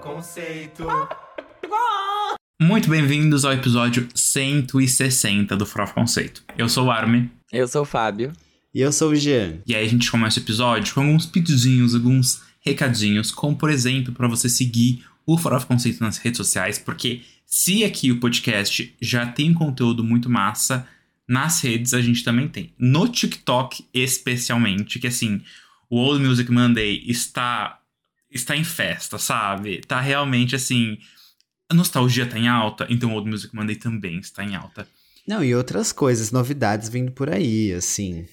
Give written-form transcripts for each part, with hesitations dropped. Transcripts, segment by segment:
Conceito. Muito bem-vindos ao episódio 160 do Farofa Conceito. Eu sou o Armin. Eu sou o Fábio. E eu sou o Jean. E aí a gente começa o episódio com alguns pedidinhos, alguns recadinhos, como por exemplo, para você seguir o Farofa Conceito nas redes sociais, porque se aqui o podcast já tem conteúdo muito massa, nas redes a gente também tem. No TikTok, especialmente, que assim, o Old Music Monday está em festa, sabe? Tá realmente assim, a nostalgia tá em alta, então o Old Music Monday também está em alta. Não, e outras coisas, novidades vindo por aí, assim.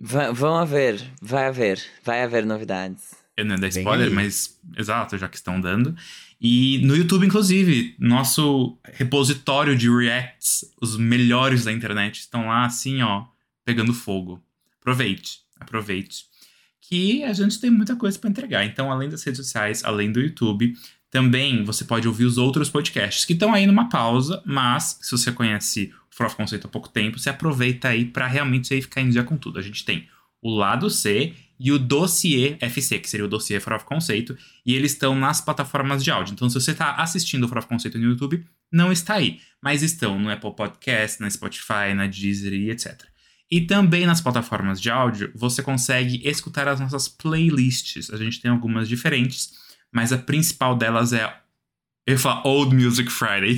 Vai haver novidades. Eu não ia dar spoiler, mas exato, já que estão dando. E no YouTube, inclusive, nosso repositório de reacts, os melhores da internet, estão lá assim, ó, pegando fogo. Aproveite. Que a gente tem muita coisa pra entregar. Então, além das redes sociais, além do YouTube, também você pode ouvir os outros podcasts que estão aí numa pausa, mas se você conhece o Farofa Conceito há pouco tempo, você aproveita aí pra realmente aí ficar em dia com tudo. A gente tem o Lado C e o Dossiê FC, que seria o Dossiê Farofa Conceito, e eles estão nas plataformas de áudio. Então, se você tá assistindo o Farofa Conceito no YouTube, não está aí, mas estão no Apple Podcast, na Spotify, na Deezer e etc. E também nas plataformas de áudio, você consegue escutar as nossas playlists. A gente tem algumas diferentes, mas a principal delas é, eu ia falar Old Music Friday.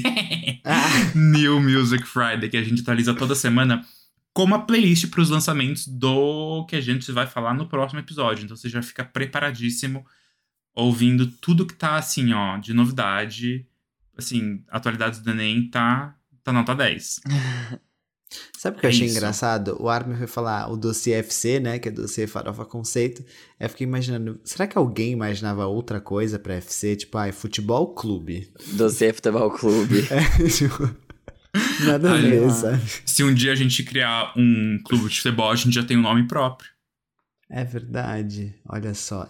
New Music Friday, que a gente atualiza toda semana com uma playlist para os lançamentos do que a gente vai falar no próximo episódio. Então você já fica preparadíssimo ouvindo tudo que tá assim, ó, de novidade. Assim, atualidades do Enem tá nota 10. Sabe o que eu achei engraçado? O Armin foi falar o Dossiê FC, né? Que é Dossiê Farofa Conceito. Eu fiquei imaginando, será que alguém imaginava outra coisa pra FC? Tipo, futebol clube. Dossiê Futebol Clube. Nada a ver, sabe? Se um dia a gente criar um clube de futebol, a gente já tem um nome próprio. É verdade. Olha só.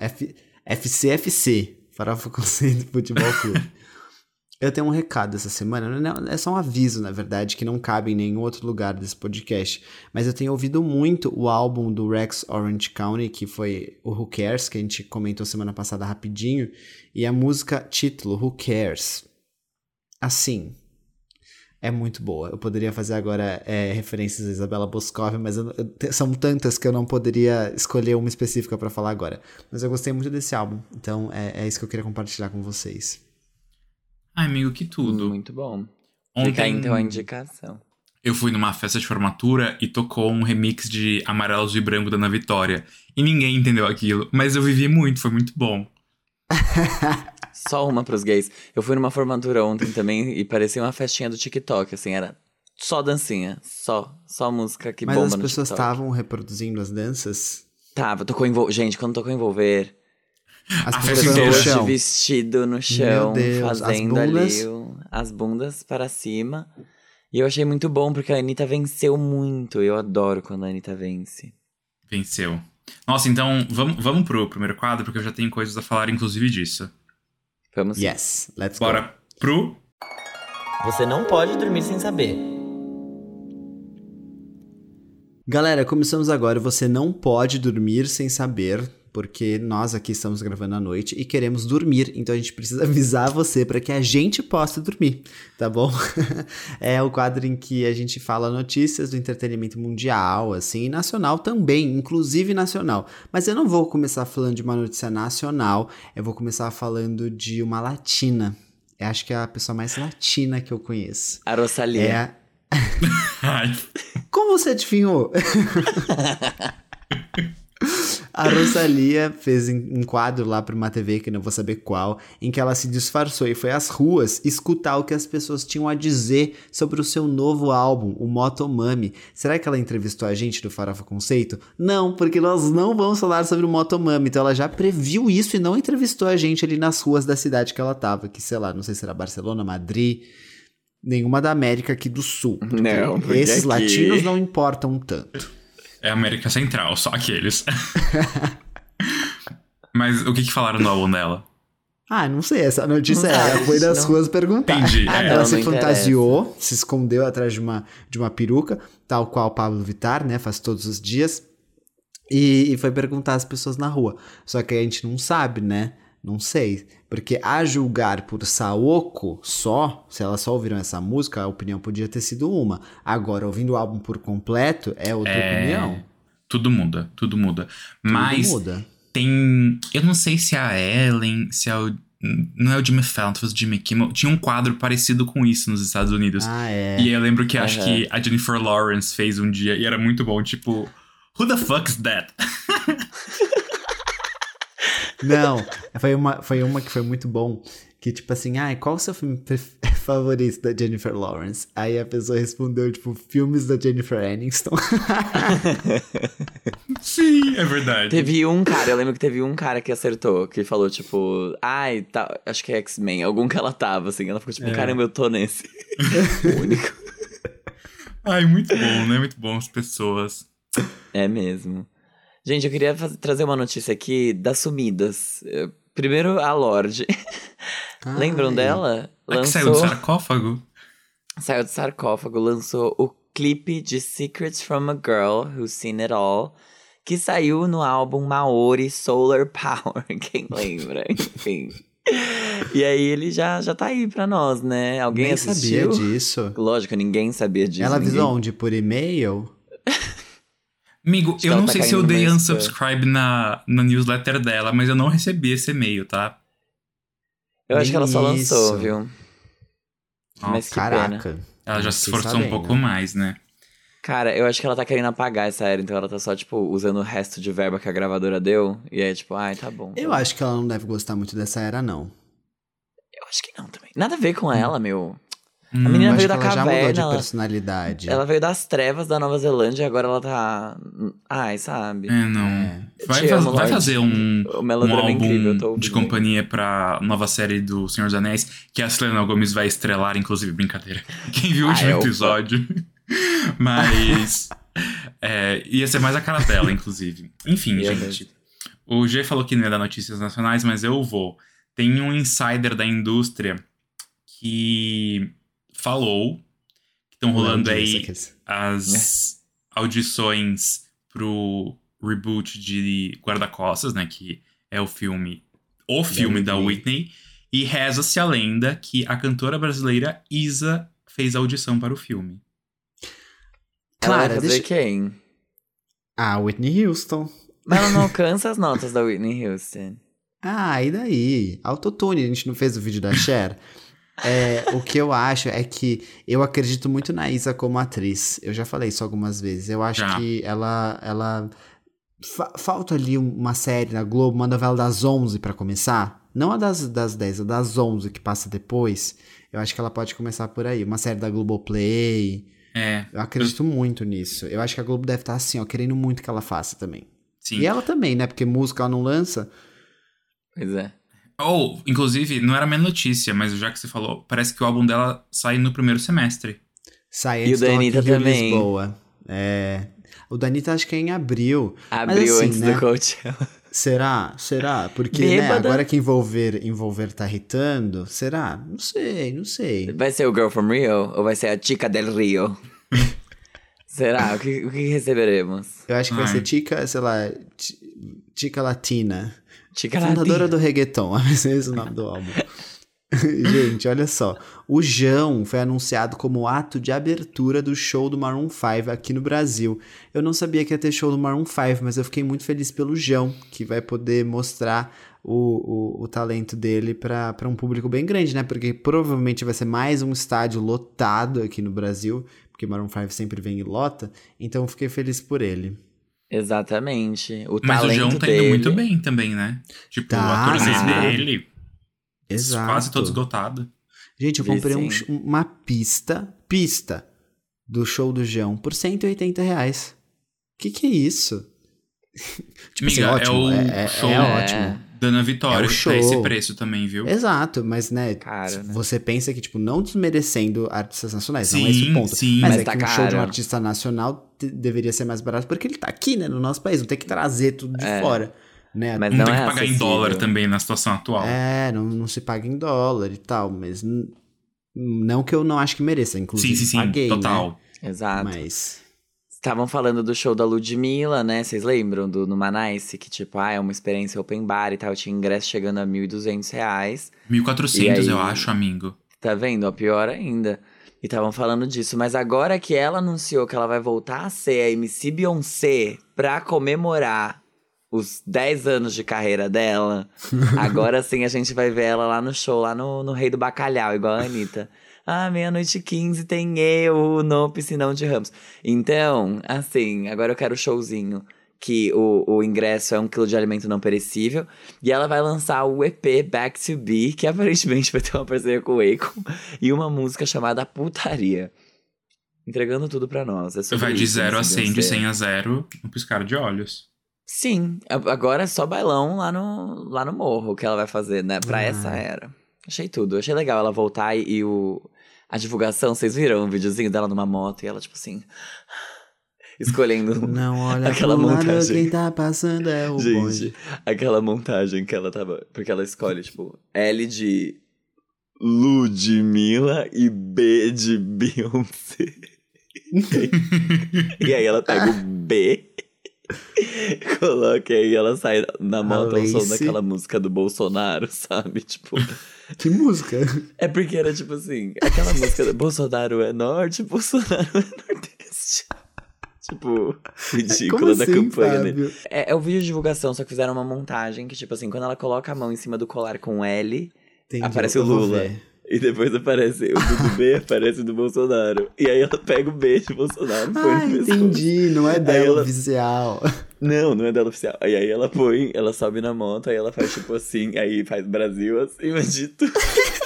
FCFC. Farofa Conceito Futebol Clube. Eu tenho um recado essa semana, não, é só um aviso, na verdade, que não cabe em nenhum outro lugar desse podcast, mas eu tenho ouvido muito o álbum do Rex Orange County, que foi o Who Cares, que a gente comentou semana passada rapidinho, e a música título, Who Cares. Assim, é muito boa. Eu poderia fazer agora referências a Isabela Boscov, mas são tantas que eu não poderia escolher uma específica para falar agora. Mas eu gostei muito desse álbum, então é isso que eu queria compartilhar com vocês. Ai, amigo, que tudo. Muito bom. Ontem, fica aí então a indicação. Eu fui numa festa de formatura e tocou um remix de Amarelos e Branco da Ana Vitória. E ninguém entendeu aquilo, mas eu vivi muito, foi muito bom. Só uma pros gays. Eu fui numa formatura ontem também e parecia uma festinha do TikTok, assim, era só dancinha, só música que bomba no TikTok. Mas as pessoas estavam reproduzindo as danças? Tava, gente, quando tocou Envolver... As pessoas de vestido no chão, Deus, fazendo as bundas para cima. E eu achei muito bom, porque a Anitta venceu muito. Eu adoro quando a Anitta vence. Venceu. Nossa, então vamos pro primeiro quadro, porque eu já tenho coisas a falar, inclusive, disso. Vamos sim. Yes, let's go. Bora pro... Você não pode dormir sem saber. Galera, começamos agora. Você não pode dormir sem saber, porque nós aqui estamos gravando à noite e queremos dormir, então a gente precisa avisar você para que a gente possa dormir, tá bom? É o quadro em que a gente fala notícias do entretenimento mundial, assim, e nacional também, inclusive nacional. Mas eu não vou começar falando de uma notícia nacional, eu vou começar falando de uma latina. Eu acho que é a pessoa mais latina que eu conheço. A Rosalía. Como você adivinhou? A Rosalía fez um quadro lá para uma TV, que não vou saber qual, em que ela se disfarçou e foi às ruas escutar o que as pessoas tinham a dizer sobre o seu novo álbum, o Motomami. Será que ela entrevistou a gente do Farofa Conceito? Não, porque nós não vamos falar sobre o Motomami. Então ela já previu isso e não entrevistou a gente ali nas ruas da cidade que ela tava, que sei lá, não sei se era Barcelona, Madrid, nenhuma da América aqui do Sul. Não, porque esses aqui... latinos não importam tanto. É América Central, só aqueles. Mas o que falaram no álbum dela? Não sei, essa notícia ela foi nas ruas perguntar. Entendi. Ela se fantasiou, se escondeu atrás de uma peruca, tal qual o Pablo Vittar, né, faz todos os dias, e foi perguntar às pessoas na rua. Só que a gente não sabe, né, Não sei. Porque a julgar por Saoko só, se elas só ouviram essa música, a opinião podia ter sido uma. Agora, ouvindo o álbum por completo, é outra opinião. Tudo muda, tudo muda. Mas Tudo muda. tem... Eu não sei se é a Ellen, se é o... Não é o Jimmy Fallon, foi o Jimmy Kimmel. Tinha um quadro parecido com isso nos Estados Unidos. Ah, é. E eu lembro que acho que a Jennifer Lawrence fez um dia e era muito bom. Tipo, who the fuck is that? Não, foi uma que foi muito bom. Que tipo assim, qual o seu filme favorito da Jennifer Lawrence? Aí a pessoa respondeu, tipo, filmes da Jennifer Aniston. Sim, é verdade. Teve um cara, eu lembro que teve um cara que acertou, que falou, tipo, tá, acho que é X-Men, algum que ela tava, assim. Ela ficou tipo, caramba, eu tô nesse. O único. Ai, muito bom, né? Muito bom as pessoas. É mesmo. Gente, eu queria trazer uma notícia aqui das sumidas. Primeiro, a Lorde. Lembram dela? A que saiu do sarcófago? Saiu do sarcófago, lançou o clipe de Secrets from a Girl Who's Seen It All, que saiu no álbum Maori Solar Power, quem lembra? Enfim. E aí ele já tá aí pra nós, né? Alguém Nem assistiu? sabia disso. Lógico, ninguém sabia disso. Ela avisou onde? Por e-mail? Amigo, eu não sei se eu dei no unsubscribe na newsletter dela, mas eu não recebi esse e-mail, tá? Eu acho que ela só Isso. lançou, viu? Mas que Caraca. pena. Ela já Não se fiquei esforçou um sabendo. pouco mais, né? Cara, eu acho que ela tá querendo apagar essa era, então ela tá só, tipo, usando o resto de verba que a gravadora deu. E aí, tipo, tá bom. Eu acho que ela não deve gostar muito dessa era, não. Eu acho que não também. Nada a ver com ela, meu. A Eu menina acho veio que da ela já mudou caverna, de personalidade. ela veio das trevas da Nova Zelândia e agora ela tá... sabe? Não. Vai, Te amo, vai Lorde. fazer um O melodrama álbum é incrível, eu tô de ouvindo. companhia pra nova série do Senhor dos Anéis, que a Selena Gomez vai estrelar, inclusive, brincadeira. Quem viu o último opa. episódio. Mas... ia ser mais a cara dela, inclusive. Enfim, Ia gente. O G falou que não ia dar notícias nacionais, mas eu vou. Tem um insider da indústria que falou que estão rolando aí as audições pro reboot de Guarda-Costas, né? Que é o filme da Whitney. E reza-se a lenda que a cantora brasileira Isa fez a audição para o filme. Ela vai Clara, fazer quem? Whitney Houston. Mas ela não alcança as notas da Whitney Houston. E daí? Autotune, a gente não fez o vídeo da Cher? O que eu acho é que eu acredito muito na Isa como atriz. Eu já falei isso algumas vezes. Eu acho que ela falta ali uma série na Globo, uma novela das 11 pra começar. Não a das 10, a das 11 que passa depois. Eu acho que ela pode começar por aí. Uma série da Globoplay. Eu acredito muito nisso. Eu acho que a Globo deve estar assim, querendo muito que ela faça também. Sim. E ela também, né? Porque música ela não lança. Pois é. Inclusive, não era a minha notícia, mas já que você falou, parece que o álbum dela sai no primeiro semestre. Sai E antes o da do Rock in Anitta Rio também. Lisboa. O da Anitta acho que é em abril. Abriu Mas, assim, antes né? do Coachella. Será? Porque, né, Bêbada. agora que Envolver tá irritando, será? Não sei. Vai ser o Girl from Rio ou vai ser a Chica del Rio? Será? O que receberemos? Eu acho que vai ser Chica, sei lá, Chica Latina. Chica Fundadora Latina. do reggaeton, vai ser esse o nome do álbum. Gente, olha só. O Jão foi anunciado como o ato de abertura do show do Maroon 5 aqui no Brasil. Eu não sabia que ia ter show do Maroon 5, mas eu fiquei muito feliz pelo Jão, que vai poder mostrar o talento dele para um público bem grande, né? Porque provavelmente vai ser mais um estádio lotado aqui no Brasil, porque Maroon 5 sempre vem e lota. Então eu fiquei feliz por ele. Exatamente. O Mas o talento João tá dele. indo muito bem também, né? Tipo, Tá, a turnê sim. dele, Exato. quase todo esgotado. Gente, eu Vi comprei sim. uma pista do show do João por R$180. Que é isso? Tipo assim, Amiga, ótimo. é o show ótimo. da Ana Vitória, É o que show. tá esse preço também, viu? Exato, mas né, Caro, né? você pensa que, tipo, não desmerecendo artistas nacionais, não é esse o Sim, ponto. sim. Mas Mas é tá que um show de um caro. artista nacional deveria ser mais barato porque ele tá aqui, né, no nosso país, não tem que trazer tudo de fora, né? Mas Não, não tem é que pagar em acessível. dólar também na situação atual. Não se paga em dólar e tal, mas não que eu não acho que mereça, inclusive sim, paguei, total. né? Exato. Mas estavam falando do show da Ludmilla, né? Vocês lembram do Numanice? Que tipo, é uma experiência open bar e tal. Tinha ingresso chegando a R$ 1.200. 1.400, E eu aí- acho, amigo. Tá vendo? Ó, pior ainda. E estavam falando disso. Mas agora que ela anunciou que ela vai voltar a ser a MC Beyoncé pra comemorar os 10 anos de carreira dela, agora sim a gente vai ver ela lá no show, lá no Rei do Bacalhau, igual a Anitta. Ah, 00:15 tem eu no Piscinão de Ramos. Então, assim, agora eu quero o showzinho. Que o ingresso é 1 quilo de alimento não perecível. E ela vai lançar o EP Back to Be, que aparentemente vai ter uma parceria com o Akon. E uma música chamada Putaria. Entregando tudo pra nós. É sobre Vai de isso, 0 a MC 100, de Beyoncé. 100 a 0, um piscar de olhos. Sim, agora é só bailão lá no morro que ela vai fazer, né? Pra essa era. Achei tudo. Achei legal ela voltar a divulgação. Vocês viram o videozinho dela numa moto e ela, tipo assim, escolhendo Não olha aquela pro lado, montagem. quem tá passando é o Gente, bonde. aquela montagem que ela tava. Porque ela escolhe, tipo, L de Ludmilla e B de Beyoncé. E aí ela pega o B, coloca aí, ela sai na moto ao som Lacey. daquela música do Bolsonaro, sabe? Tipo. Que música? É porque era tipo assim, aquela música do Bolsonaro é norte, Bolsonaro é nordeste. Tipo, ridícula Como da assim, campanha, né? Fábio? É o vídeo de divulgação, só que fizeram uma montagem que, tipo assim, quando ela coloca a mão em cima do colar com L, Entendi, aparece o eu vou Lula. ver. E depois aparece o do B, aparece o do Bolsonaro. E aí ela pega o B de Bolsonaro e põe Ah, no pescoço. entendi, não é Aí dela ela- oficial. Não é dela oficial. Aí ela põe, ela sobe na moto, aí ela faz tipo assim, aí faz Brasil acima de tudo.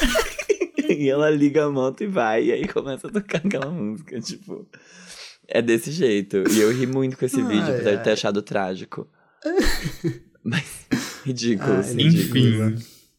E ela liga a moto e vai, e aí começa a tocar aquela música, tipo. É desse jeito. E eu ri muito com esse vídeo, apesar de ter achado trágico. Mas ridículo, assim. Enfim.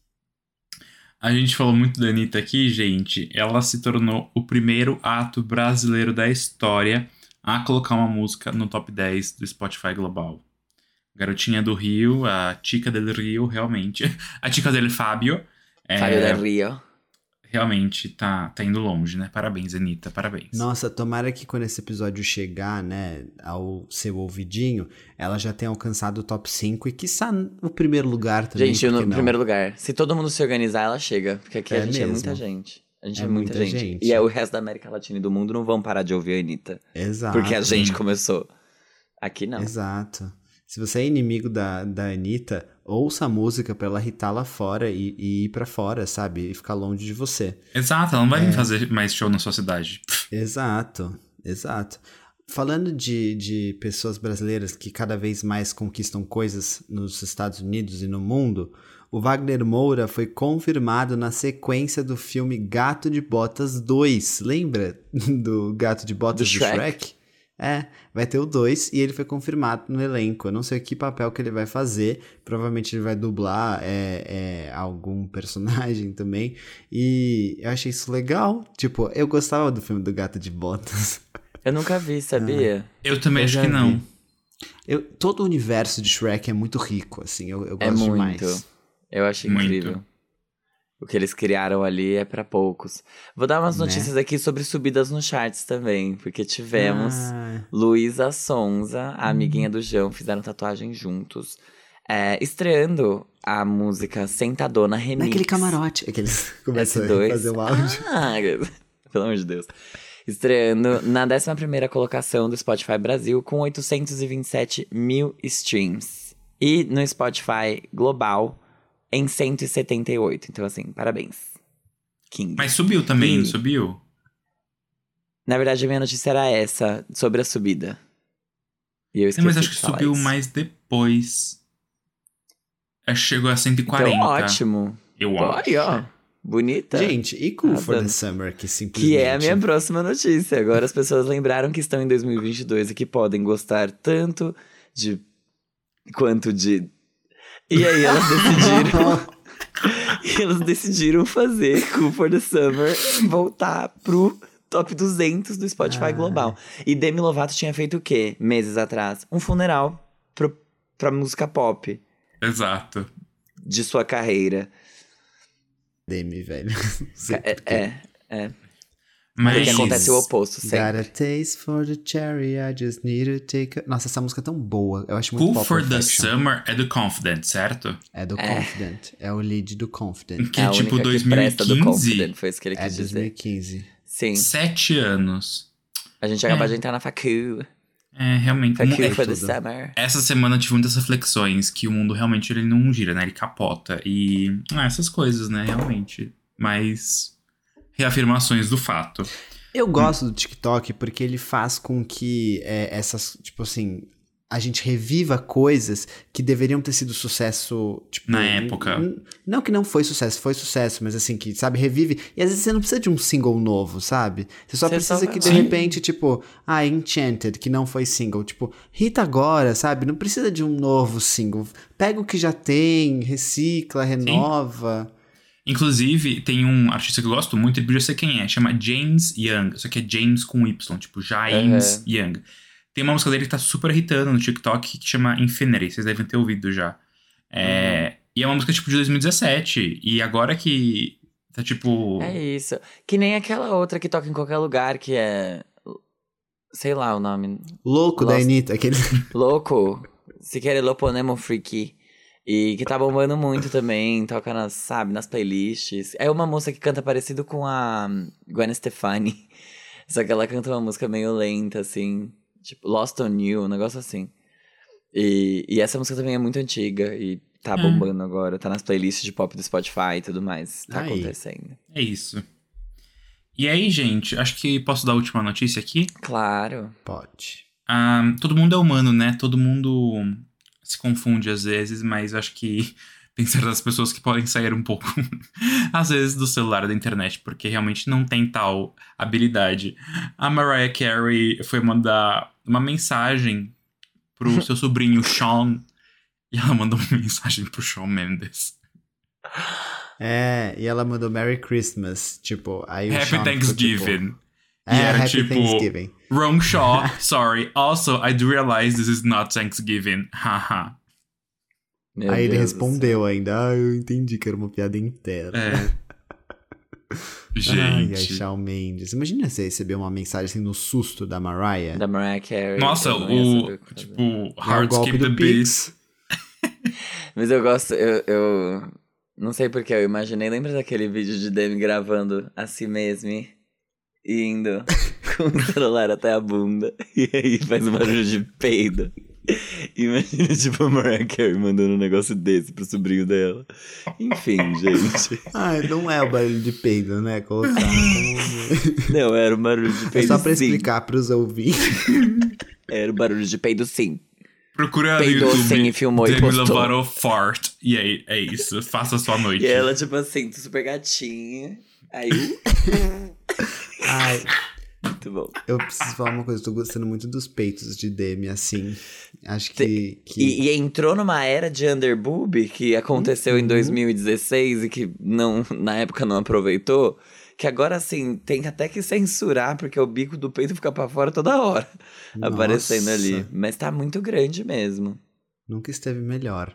A gente falou muito da Anitta aqui, gente. Ela se tornou o primeiro ato brasileiro da história a colocar uma música no top 10 do Spotify Global. Garotinha do Rio, a Chica del Rio, realmente. A Chica del Fábio. Fábio da Rio. Realmente tá indo longe, né? Parabéns, Anitta, parabéns. Nossa, tomara que quando esse episódio chegar, né, ao seu ouvidinho, ela já tenha alcançado o top 5 e quiçá o primeiro lugar também. Gente, por que no não? primeiro lugar. Se todo mundo se organizar, ela chega. Porque aqui a É gente é mesmo. muita gente. A gente É é muita muita gente. gente. E é o resto da América Latina e do mundo não vão parar de ouvir a Anitta. Exato. Porque a gente sim. começou. Aqui não. Exato. Se você é inimigo da Anitta, ouça a música pra ela irritar lá fora e ir pra fora, sabe? E ficar longe de você. Exato, ela não vai vir fazer mais show na sua cidade. Exato. Falando de pessoas brasileiras que cada vez mais conquistam coisas nos Estados Unidos e no mundo, o Wagner Moura foi confirmado na sequência do filme Gato de Botas 2. Lembra do Gato de Botas Do do Shrek? Shrek? É, vai ter o 2 e ele foi confirmado no elenco. Eu não sei que papel que ele vai fazer. Provavelmente ele vai dublar algum personagem também. E eu achei isso legal. Tipo, eu gostava do filme do Gato de Botas. Eu nunca vi, sabia? Eu também Eu acho já que não. vi. Todo o universo de Shrek é muito rico, assim. Eu É gosto muito. demais. Eu acho Muito. incrível. O que eles criaram ali é pra poucos. Vou dar umas Né? notícias aqui sobre subidas nos charts também. Porque tivemos Ah, Luísa Sonza, a amiguinha do João, fizeram tatuagem juntos. Estreando a música Sentadona Remix. naquele camarote. É que eles começam S2. a fazer o áudio. Ah, pelo amor de Deus. Estreando na 11ª colocação do Spotify Brasil com 827 mil streams. E no Spotify Global em 178. Então, assim, parabéns. King. Mas subiu também, não Ih. subiu? Na verdade, a minha notícia era essa, sobre a subida. E eu esqueci Mas acho de que falar subiu isso. mais depois. Acho que chegou a 140. Então, ótimo. Eu acho. Aí, ó. Bonita. Gente, e Cool for the Arrasando. Summer, que simplesmente... Que é a minha próxima notícia. Agora as pessoas lembraram que estão em 2022 e que podem gostar tanto de... quanto de... E aí elas decidiram fazer Cool for the Summer voltar pro top 200 do Spotify Global. E Demi Lovato tinha feito o quê? Meses atrás? Um funeral pra música pop Exato. de sua carreira. Demi, velho. Sei por quê. É. Mas Porque acontece o oposto Got a sempre. taste for the cherry, I just need to take a... Nossa, essa música é tão boa. Eu acho muito Cool Pop for the Perfection. Summer é do Confident, certo? É do Confident. É o lead do Confident. Que É é a tipo única que presta do 2015. Confident, foi isso que ele É quis dizer. 2015. Sim, 7 anos. a gente acabou de entrar na facu. É, realmente. Facu for the tudo. summer. Essa semana eu tive muitas reflexões que o mundo realmente ele não gira, né? Ele capota. E essas coisas, né? Realmente. Mas reafirmações do fato. Eu gosto do TikTok porque ele faz com que essas, tipo assim, a gente reviva coisas que deveriam ter sido sucesso, tipo... Na época. Não que não foi sucesso, mas assim, que, sabe, revive. E às vezes você não precisa de um single novo, sabe? Você só Você precisa só que, vai de lá. repente, tipo... Enchanted, que não foi single. Tipo, hit agora, sabe? Não precisa de um novo single. Pega o que já tem, recicla, renova... Inclusive, tem um artista que eu gosto muito, ele podia ser quem é, chama James Young, só que é James com Y, tipo James Young. Tem uma música dele que tá super irritando no TikTok que chama Infinity, vocês devem ter ouvido já. E é uma música tipo de 2017, e agora que tá tipo... É isso. Que nem aquela outra que toca em qualquer lugar, que é... Sei lá o nome. Louco da Lost- Anitta, aquele... Louco. Se quer lo ponemos freaky. E que tá bombando muito também, toca nas playlists. É uma moça que canta parecido com a Gwen Stefani. Só que ela canta uma música meio lenta, assim. Tipo, Lost on You, um negócio assim. E essa música também é muito antiga e tá bombando agora. Tá nas playlists de pop do Spotify e tudo mais. Tá Aí. acontecendo. É isso. E aí, gente, acho que posso dar a última notícia aqui. Claro. Pode. Todo mundo é humano, né? Todo mundo se confunde às vezes, mas acho que tem certas pessoas que podem sair um pouco, às vezes, do celular da internet, porque realmente não tem tal habilidade. A Mariah Carey foi mandar uma mensagem pro seu sobrinho Shawn, e ela mandou uma mensagem pro Shawn Mendes. E ela mandou Merry Christmas, tipo... Aí o Happy Shawn ficou, Thanksgiving. tipo, E era Happy tipo, Thanksgiving. Wrong Shaw, sorry. Also, I do realize this is not Thanksgiving. Haha. Meu Aí ele Deus do respondeu ainda, eu entendi que era uma piada interna. Gente. Ai, Shawn Mendes. Imagina você receber uma mensagem assim no susto da Mariah. Da Mariah Carey. Nossa, eu não ia saber o que fazer. tipo, É o Hard golpe Skip the do Beat. Pix. Mas eu gosto, eu não sei porque eu imaginei, lembra daquele vídeo de Demi gravando a si mesmo, indo com o celular até a bunda, e aí faz um barulho de peido. Imagina, tipo, a Mariah Carey mandando um negócio desse pro sobrinho dela. Enfim, gente. Não é o barulho de peido, né? Colocar como... Não, era um barulho de É peido, só pra sim. explicar pros ouvintes. Era um barulho de peido, sim. Procura no Peidou YouTube sim e filmou e Demi postou. Lovato Fart. E aí, é isso. Faça a sua noite. E ela, tipo assim, super gatinha. Aí, Ai, muito bom. eu preciso falar uma coisa. Eu tô gostando muito dos peitos de Demi, assim. Acho que... E entrou numa era de underboob que aconteceu em 2016 e que não, na época não aproveitou. Que agora, assim, tem até que censurar, porque o bico do peito fica pra fora toda hora. Nossa. Aparecendo ali. Mas tá muito grande mesmo. Nunca esteve melhor.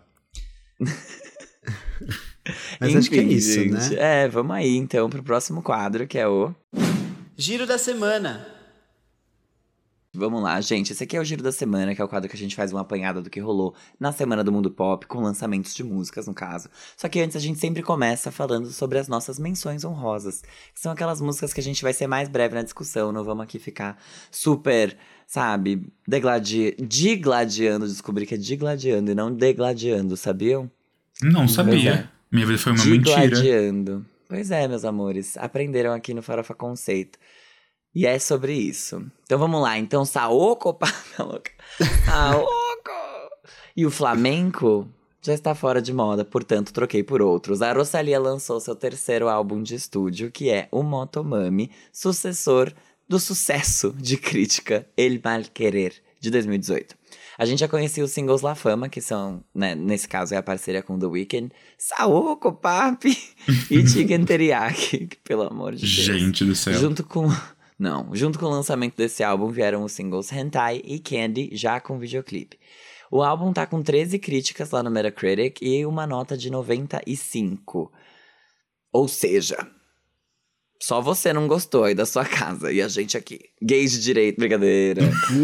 Mas acho que é isso, gente, né? Vamos aí então pro próximo quadro, que é o... Giro da semana. Vamos lá, gente. Esse aqui é o Giro da Semana, que é o quadro que a gente faz uma apanhada do que rolou na Semana do Mundo Pop, com lançamentos de músicas, no caso. Só que antes a gente sempre começa falando sobre as nossas menções honrosas, que são aquelas músicas que a gente vai ser mais breve na discussão, não vamos aqui ficar super, sabe, digladiando, descobri que é digladiando e não degladiando, sabiam? Não sabia. é. Minha vida foi uma mentira. Digladiando. Pois é, meus amores, aprenderam aqui no Farofa Conceito. E é sobre isso. Então vamos lá. Então, Saoko, pá, tá louca. Saoko! E o flamenco já está fora de moda, portanto troquei por outros. A Rosalía lançou seu terceiro álbum de estúdio, que é o Motomami, sucessor do sucesso de crítica El Mal Querer, de 2018. A gente já conhecia os singles La Fama, que são, né, nesse caso é a parceria com The Weeknd, Saoko, Papi e Chicken Teriyaki, que, pelo amor de Deus. Gente do céu. Junto com o lançamento desse álbum vieram os singles Hentai e Candy, já com videoclipe. O álbum tá com 13 críticas lá no Metacritic e uma nota de 95. Ou seja, Só você não gostou aí da sua casa. E a gente aqui. Gays de direito, brincadeira.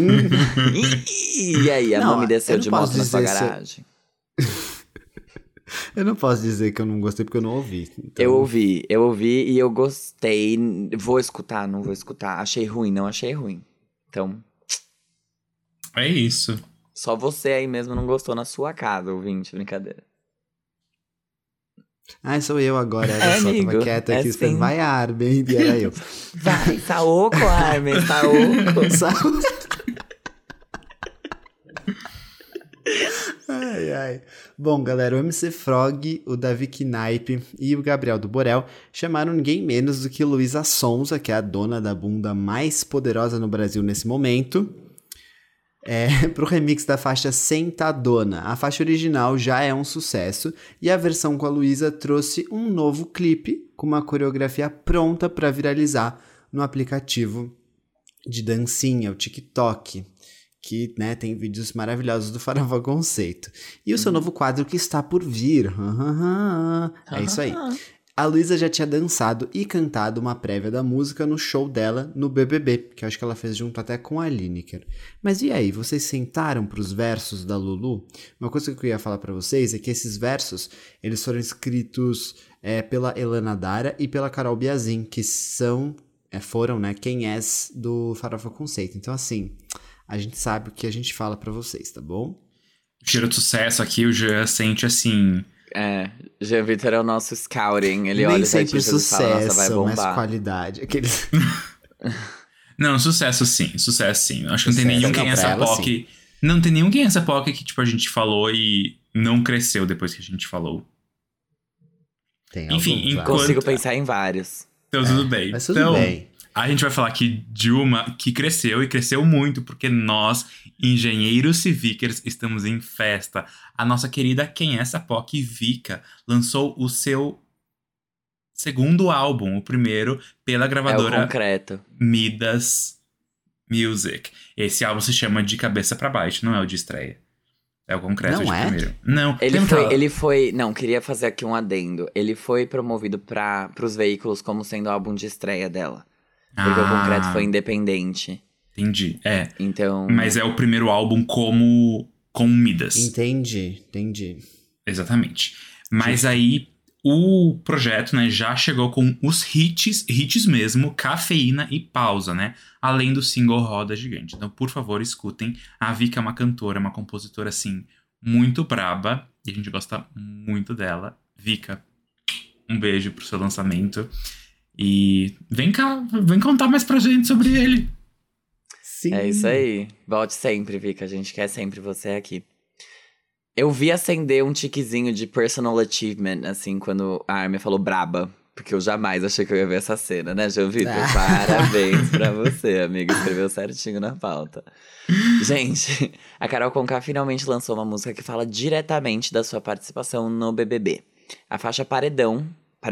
E aí, a Não, mãe me desceu eu não de posso moto na sua dizer se- garagem. Eu não posso dizer que eu não gostei porque eu não ouvi. Então... Eu ouvi e eu gostei. Vou escutar, não vou escutar. Achei ruim, não achei ruim. Então, É isso. só você aí mesmo não gostou na sua casa, ouvinte, brincadeira. Ah, sou eu agora, olha É, só, amigo, tava quieta aqui é esperando. sim. Vai, Armin, e era eu. Vai, Saoko, Armin, Saoko. Sabe? Ai, ai. Bom, galera, o MC Frog, o Davi Knipe e o Gabriel do Borel chamaram ninguém menos do que Luísa Sonza, que é a dona da bunda mais poderosa no Brasil nesse momento, pro remix da faixa Sentadona. A faixa original já é um sucesso e a versão com a Luísa trouxe um novo clipe com uma coreografia pronta para viralizar no aplicativo de dancinha, o TikTok, que, né, tem vídeos maravilhosos do Farofa Conceito. E o seu novo quadro que está por vir. É isso aí. A Luísa já tinha dançado e cantado uma prévia da música no show dela no BBB, que eu acho que ela fez junto até com a Lineker. Mas e aí, vocês sentaram para os versos da Lulu? Uma coisa que eu ia falar para vocês é que esses versos, eles foram escritos pela Elana Dara e pela Carol Biazin, que foram, né, quem é do Farofa Conceito. Então, assim, a gente sabe o que a gente fala pra vocês, tá bom? Cheiro de sucesso aqui, o Jean sente assim. Jean Vitor é o nosso scouting. Ele Nem olha os sempre artistas e fala, nossa, vai sucesso, mas bombar. qualidade. Aqueles... Não, sucesso sim. Acho que não tem Sucesso. nenhum Não, quem pra essa ela, POC. Não tem nenhum quem essa POC que, tipo, a gente falou e não cresceu depois que a gente falou. Tem Enfim, alguns, enquanto- Consigo pensar em vários. Então, tudo bem. mas tudo Então, bem. a gente vai falar aqui de uma que cresceu e cresceu muito, porque nós, engenheiros civíquers, estamos em festa. A nossa querida Quem é essa POC, Vika, lançou o seu segundo álbum, o primeiro, pela É o gravadora concreto. Midas Music. Esse álbum se chama De Cabeça Pra Baixo, não é o de estreia. É o concreto Não de é? primeiro. Não, Ele lembra foi, aquela- ele foi... Não, queria fazer aqui um adendo. Ele foi promovido pros veículos como sendo o álbum de estreia dela. Porque o concreto foi independente. Entendi, Então... Mas é o primeiro álbum com Midas. Entendi. Exatamente. Mas aí, o projeto, né, já chegou com os hits mesmo, Cafeína e Pausa, né? Além do single Roda Gigante. Então, por favor, escutem. A Vika é uma cantora, uma compositora, assim, muito braba. E a gente gosta muito dela. Vika, um beijo pro seu lançamento. E vem cá, vem contar mais pra gente sobre ele. Sim. É isso aí. Volte sempre, Vika. A gente quer sempre você aqui. Eu vi acender um tiquezinho de personal achievement, assim, quando a Armin falou braba. Porque eu jamais achei que eu ia ver essa cena, né, João Vitor? Parabéns pra você, amigo. Escreveu certinho na pauta. Gente, a Carol Conká finalmente lançou uma música que fala diretamente da sua participação no BBB. A faixa Paredão,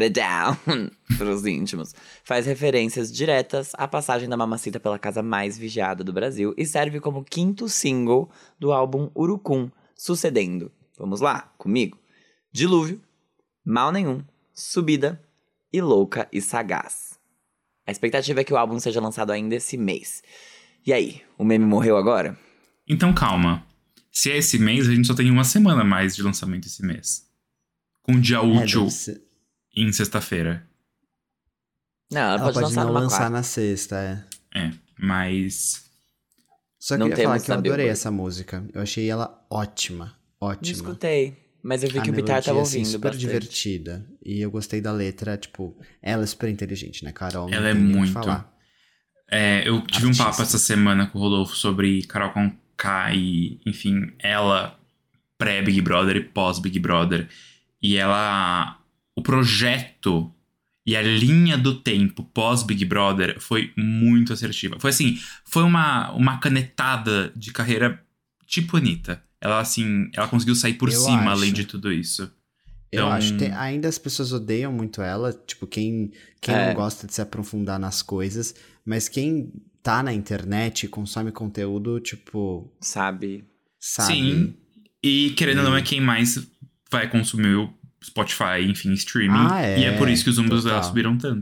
pros íntimos, faz referências diretas à passagem da Mamacita pela casa mais vigiada do Brasil e serve como quinto single do álbum Urucum, sucedendo. Vamos lá, comigo. Dilúvio, Mal Nenhum, Subida e Louca e Sagaz. A expectativa é que o álbum seja lançado ainda esse mês. E aí, o meme morreu agora? Então, calma. Se é esse mês, a gente só tem uma semana mais de lançamento esse mês. Com dia útil deve ser. em sexta-feira. Não, ela, Ela pode pode lançar não numa lançar quarta. na sexta, Mas... Só Não queria falar temos que eu na adorei Billboard. essa música. Eu achei ela ótima. Não Ótima. escutei, mas eu vi A que o Bitar melodia, tava assim, ouvindo super bastante. divertida. E eu gostei da letra, tipo... Ela é super inteligente, né, Carol? Não Ela é tem nem o que muito. falar. eu tive um papo Artista. essa semana com o Rodolfo sobre Carol Conká e, enfim, ela pré-Big Brother e pós-Big Brother. E ela... O projeto e a linha do tempo pós-Big Brother foi muito assertiva. Foi assim, foi uma canetada de carreira tipo Anitta. Ela, assim, ela conseguiu sair por Eu cima, acho. além de tudo isso. Eu Então- acho. Ainda as pessoas odeiam muito ela. Tipo, quem não gosta de se aprofundar nas coisas. Mas quem tá na internet e consome conteúdo, tipo, Sabe? sabe? Sim. E, querendo ou não, é quem mais vai consumir o Spotify, enfim, streaming. Ah, é. E é por isso que os números dela Total. subiram tanto, né?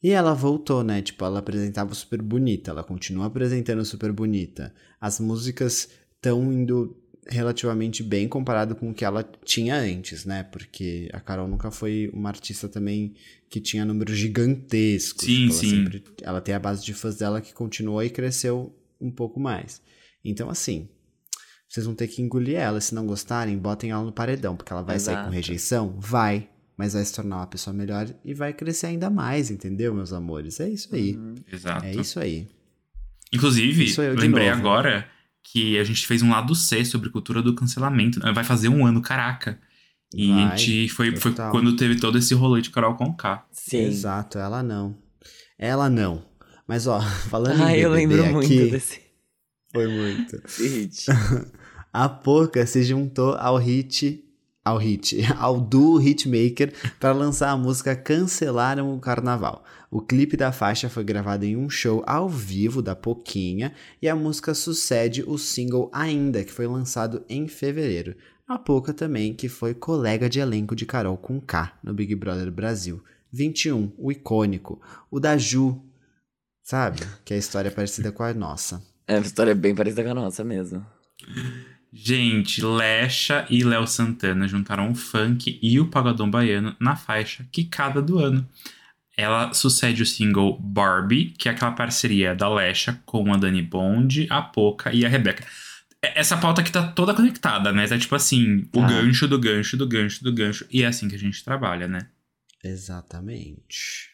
E ela voltou, né? Tipo, ela apresentava Super Bonita, ela continua apresentando Super Bonita. As músicas estão indo relativamente bem comparado com o que ela tinha antes, né? Porque a Carol nunca foi uma artista também que tinha números gigantescos. Sim, Tipo, sim. ela tem a base de fãs dela que continuou e cresceu um pouco mais. Então, assim, vocês vão ter que engolir ela. Se não gostarem, botem ela no paredão, porque ela vai sair com Exato. rejeição? Vai. Mas vai se tornar uma pessoa melhor e vai crescer ainda mais, entendeu, meus amores? É isso aí. Exato. É isso aí. Inclusive, Isso eu de lembrei novo. agora que a gente fez um lado C sobre cultura do cancelamento. Vai fazer um ano, caraca. E Vai, a gente foi total. quando teve todo esse rolê de Carol Conká. Sim. Exato, ela não. Ela não. Mas, ó, falando em Ai, eu BBB lembro aqui, muito desse foi muito. hit. A Poca se juntou ao duo Hitmaker para lançar a música Cancelaram o Carnaval. O clipe da faixa foi gravado em um show ao vivo da Poquinha e a música sucede o single Ainda, que foi lançado em fevereiro. A Poca também, que foi colega de elenco de Carol Conká no Big Brother Brasil. 21, o icônico. O da Ju, sabe? Que é a história parecida com a nossa. É uma história bem parecida com a nossa mesmo. Gente, Lecha e Léo Santana juntaram o funk e o pagodão baiano na faixa Quicada do Ano. Ela sucede o single Barbie, que é aquela parceria da Lecha com a Dani Bond, a Poca e a Rebeca. Essa pauta aqui tá toda conectada, né? Tá tipo assim, o gancho do gancho do gancho do gancho. E é assim que a gente trabalha, né? Exatamente.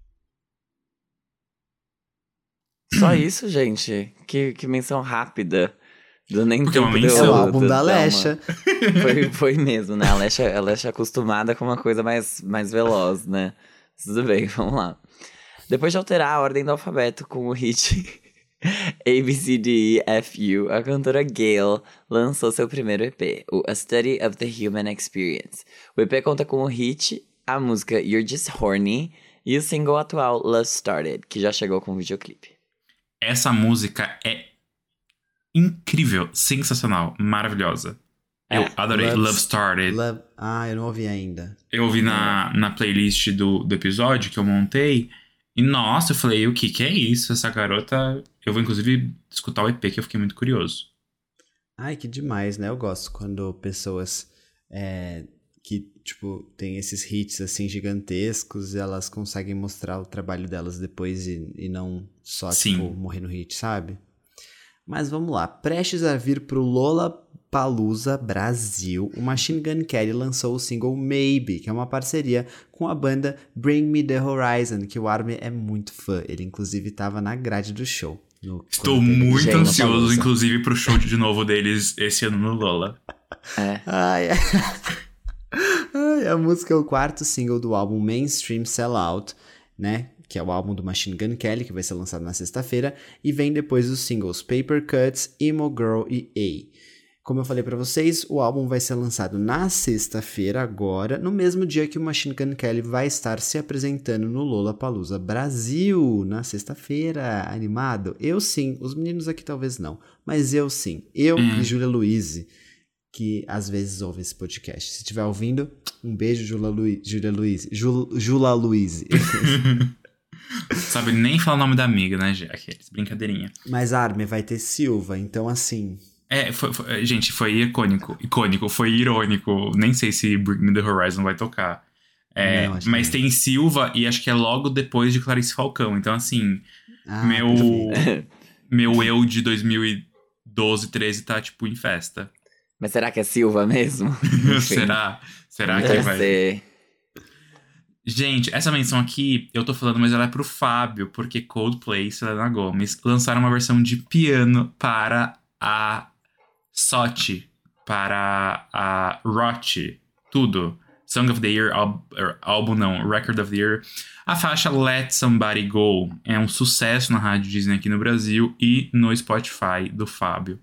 Só isso, gente. Que menção rápida. Do nem Porque é uma tempo deu- menção. É o álbum da dar uma- Lecha. Foi mesmo, né? A Lecha é acostumada com uma coisa mais veloz, né? Tudo bem, vamos lá. Depois de alterar a ordem do alfabeto com o hit A, B, C, D, E, F, U, a cantora Gayle lançou seu primeiro EP, o A Study of the Human Experience. O EP conta com o hit, a música You're Just Horny e o single atual Love Started, que já chegou com o videoclipe. Essa música é incrível, sensacional, maravilhosa. Eu adorei. Love Started. Eu não ouvi ainda. Eu ouvi na playlist do episódio que eu montei. E nossa, eu falei, o que é isso? Essa garota... Eu vou inclusive escutar o EP, que eu fiquei muito curioso. Ai, que demais, né? Eu gosto quando pessoas que, tipo, tem esses hits, assim, gigantescos, elas conseguem mostrar o trabalho delas depois e não só, Sim. tipo, morrer no hit, sabe? Mas vamos lá. Prestes a vir pro Lollapalooza Brasil, o Machine Gun Kelly lançou o single Maybe, que é uma parceria com a banda Bring Me The Horizon, que o Armin é muito fã. Ele, inclusive, estava na grade do show. Estou muito Gente, ansioso, Lollapalooza. inclusive, pro show de novo deles esse ano no Lola. Ai, a música é o quarto single do álbum Mainstream Sellout, né? Que é o álbum do Machine Gun Kelly, que vai ser lançado na sexta-feira, e vem depois dos singles Paper Cuts, Emo Girl e A. Como eu falei pra vocês, o álbum vai ser lançado na sexta-feira agora, no mesmo dia que o Machine Gun Kelly vai estar se apresentando no Lollapalooza Brasil, na sexta-feira. Animado? Eu sim, os meninos aqui talvez não, mas eu sim. Eu e Júlia Luiz, que às vezes ouve esse podcast. Se estiver ouvindo, um beijo, Júlia Luiz. Sabe nem falar o nome da amiga, né, Gê? Aqueles, brincadeirinha. Mas Armin vai ter Silva, então assim... Gente, foi icônico. Foi irônico. Nem sei se Bring Me The Horizon vai tocar. Não, acho que mas não. tem Silva e acho que é logo depois de Clarice Falcão. Então, assim, perfeito. meu eu de 2012, 13 tá, tipo, em festa. Mas será que é Silva mesmo? Enfim, Será que deve vai... ser. Gente, essa menção aqui, eu tô falando, mas ela é pro Fábio, porque Coldplay e Selena Gomez lançaram uma versão de piano para a Sochi, para a Rochi, tudo. Song of the Year, álbum não, Record of the Year. A faixa Let Somebody Go é um sucesso na Rádio Disney aqui no Brasil e no Spotify do Fábio.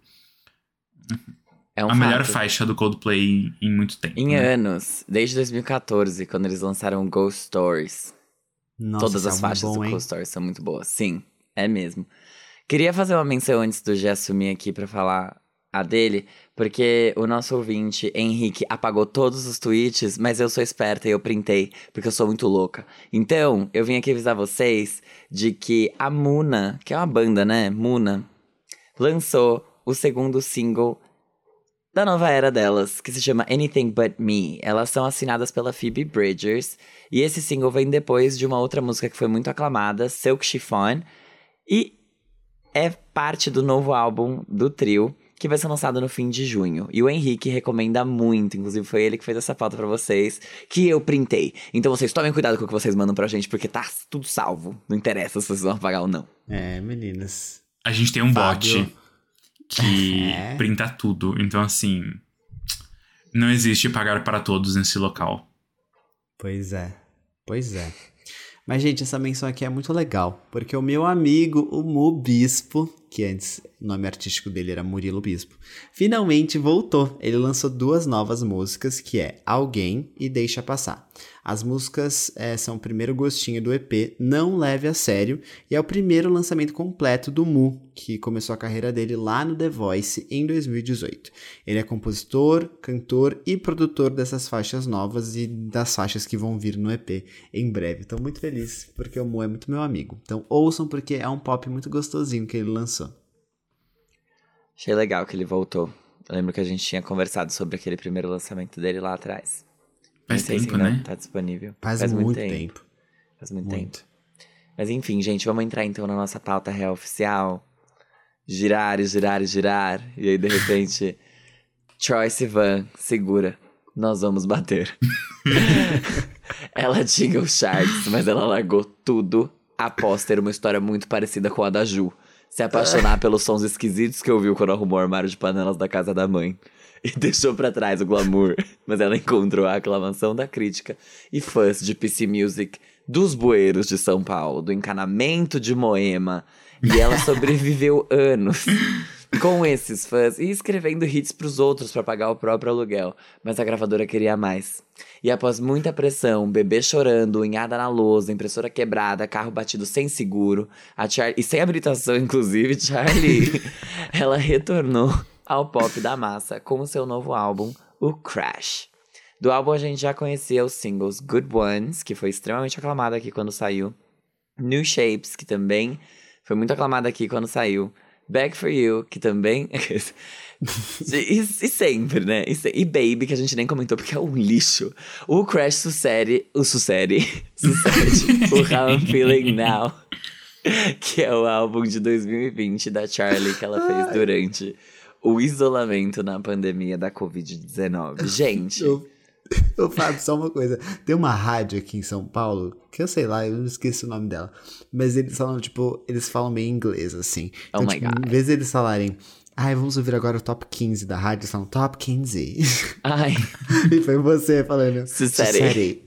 É um A melhor fato. faixa do Coldplay em muito tempo. Em né? anos, desde 2014, quando eles lançaram Ghost Stories. Nossa, Todas esse as álbum é faixas bom, do hein? Ghost Stories são muito boas. Sim, é mesmo. Queria fazer uma menção antes do G assumir aqui pra falar a dele, porque o nosso ouvinte, Henrique, apagou todos os tweets, mas eu sou esperta e eu printei, porque eu sou muito louca. Então, eu vim aqui avisar vocês de que a Muna, que é uma banda, né? Muna, lançou o segundo single da nova era delas, que se chama Anything But Me. Elas são assinadas pela Phoebe Bridgers, e esse single vem depois de uma outra música que foi muito aclamada, Silk Chiffon, e é parte do novo álbum do trio, que vai ser lançado no fim de junho. E o Henrique recomenda muito, inclusive foi ele que fez essa pauta pra vocês, que eu printei. Então vocês tomem cuidado com o que vocês mandam pra gente, porque tá tudo salvo. Não interessa se vocês vão apagar ou não. Meninas. A gente tem um Fábio. bot que printa tudo. Então, assim, não existe pagar para todos nesse local. Pois é. Mas, gente, essa menção aqui é muito legal, porque o meu amigo, o Mu Bispo, que antes o nome artístico dele era Murilo Bispo, finalmente voltou. Ele lançou 2 novas músicas, que é Alguém e Deixa Passar. As músicas são o primeiro gostinho do EP Não Leve a Sério, e é o primeiro lançamento completo do Mu, que começou a carreira dele lá no The Voice em 2018. Ele é compositor, cantor e produtor dessas faixas novas e das faixas que vão vir no EP em breve. Estou muito feliz, porque o Mu é muito meu amigo. Então ouçam, porque é um pop muito gostosinho que ele lançou. Achei legal que ele voltou. Eu lembro que a gente tinha conversado sobre aquele primeiro lançamento dele lá atrás. Faz Não sei se tempo, ainda né? tá disponível. Faz muito tempo. Faz muito tempo. Mas enfim, gente, vamos entrar então na nossa pauta real oficial. Girar e girar e girar. E aí, de repente, Troye Sivan, segura. Nós vamos bater. Ela tinha os charts, mas ela largou tudo após ter uma história muito parecida com a da Ju. Se apaixonar pelos sons esquisitos que ouviu quando arrumou o armário de panelas da casa da mãe. E deixou pra trás o glamour. Mas ela encontrou a aclamação da crítica e fãs de PC Music dos bueiros de São Paulo, do encanamento de Moema. E ela sobreviveu anos com esses fãs e escrevendo hits pros outros pra pagar o próprio aluguel. Mas a gravadora queria mais. E após muita pressão, bebê chorando, unhada na lousa, impressora quebrada, carro batido sem seguro, e sem habilitação, inclusive, Charlie, ela retornou ao pop da massa com o seu novo álbum, o Crash. Do álbum a gente já conhecia os singles Good Ones, que foi extremamente aclamado aqui quando saiu, New Shapes, que também foi muito aclamado aqui quando saiu, Back For You, que também... e sempre, né? E Baby, que a gente nem comentou porque é um lixo. O Crash sucede o How I'm Feeling Now, que é o álbum de 2020 da Charlie que ela fez durante o isolamento na pandemia da Covid-19. Gente... Ô, Fábio, só uma coisa. Tem uma rádio aqui em São Paulo, que eu sei lá, eu não esqueci o nome dela. Mas eles falam, tipo, eles falam meio inglês, assim. Então, Oh my tipo, God. em vez de eles falarem, vamos ouvir agora o top 15 da rádio, eles falam top 15. Ai, E foi você falando. Sucede.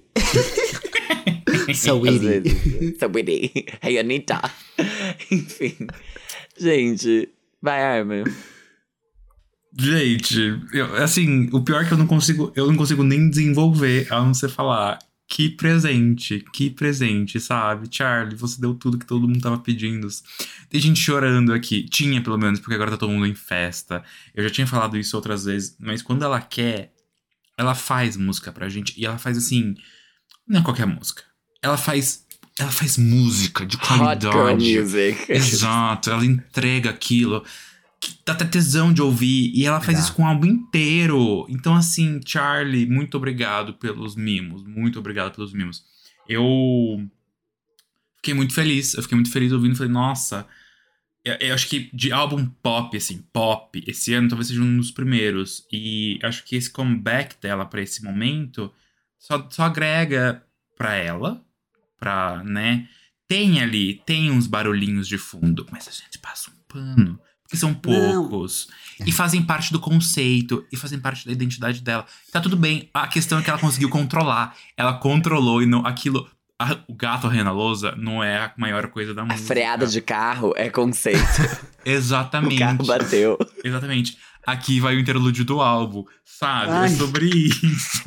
So às witty. vezes. So witty. Hey, Anitta. Enfim. Gente, vai, Armin. Gente, assim, o pior é que eu não consigo nem desenvolver, a não ser falar, que presente, sabe? Charlie, você deu tudo que todo mundo tava pedindo. Tem gente chorando aqui, tinha pelo menos, porque agora tá todo mundo em festa. Eu já tinha falado isso outras vezes, mas quando ela quer, ela faz música pra gente, e ela faz assim, não é qualquer música. Ela faz música de qualidade. Hot girl music. Exato, ela entrega aquilo que dá até tesão de ouvir. E ela faz isso com o álbum inteiro. Então, assim, Charlie, muito obrigado pelos mimos. Muito obrigado pelos mimos. Eu fiquei muito feliz. Eu fiquei muito feliz ouvindo. Falei, nossa... Eu acho que de álbum pop, assim, pop, esse ano talvez seja um dos primeiros. E acho que esse comeback dela pra esse momento só agrega pra ela. Pra, né... Tem uns barulhinhos de fundo. Mas a gente passa um pano. Que são poucos. Não. E fazem parte do conceito. E fazem parte da identidade dela. Tá tudo bem. A questão é que ela conseguiu controlar. Ela controlou e não... Aquilo... O gato arranha na lousa não é a maior coisa da música. A freada de carro é conceito. Exatamente. O carro bateu. Exatamente. Aqui vai o interlúdio do álbum. Sabe? Ai. É sobre isso.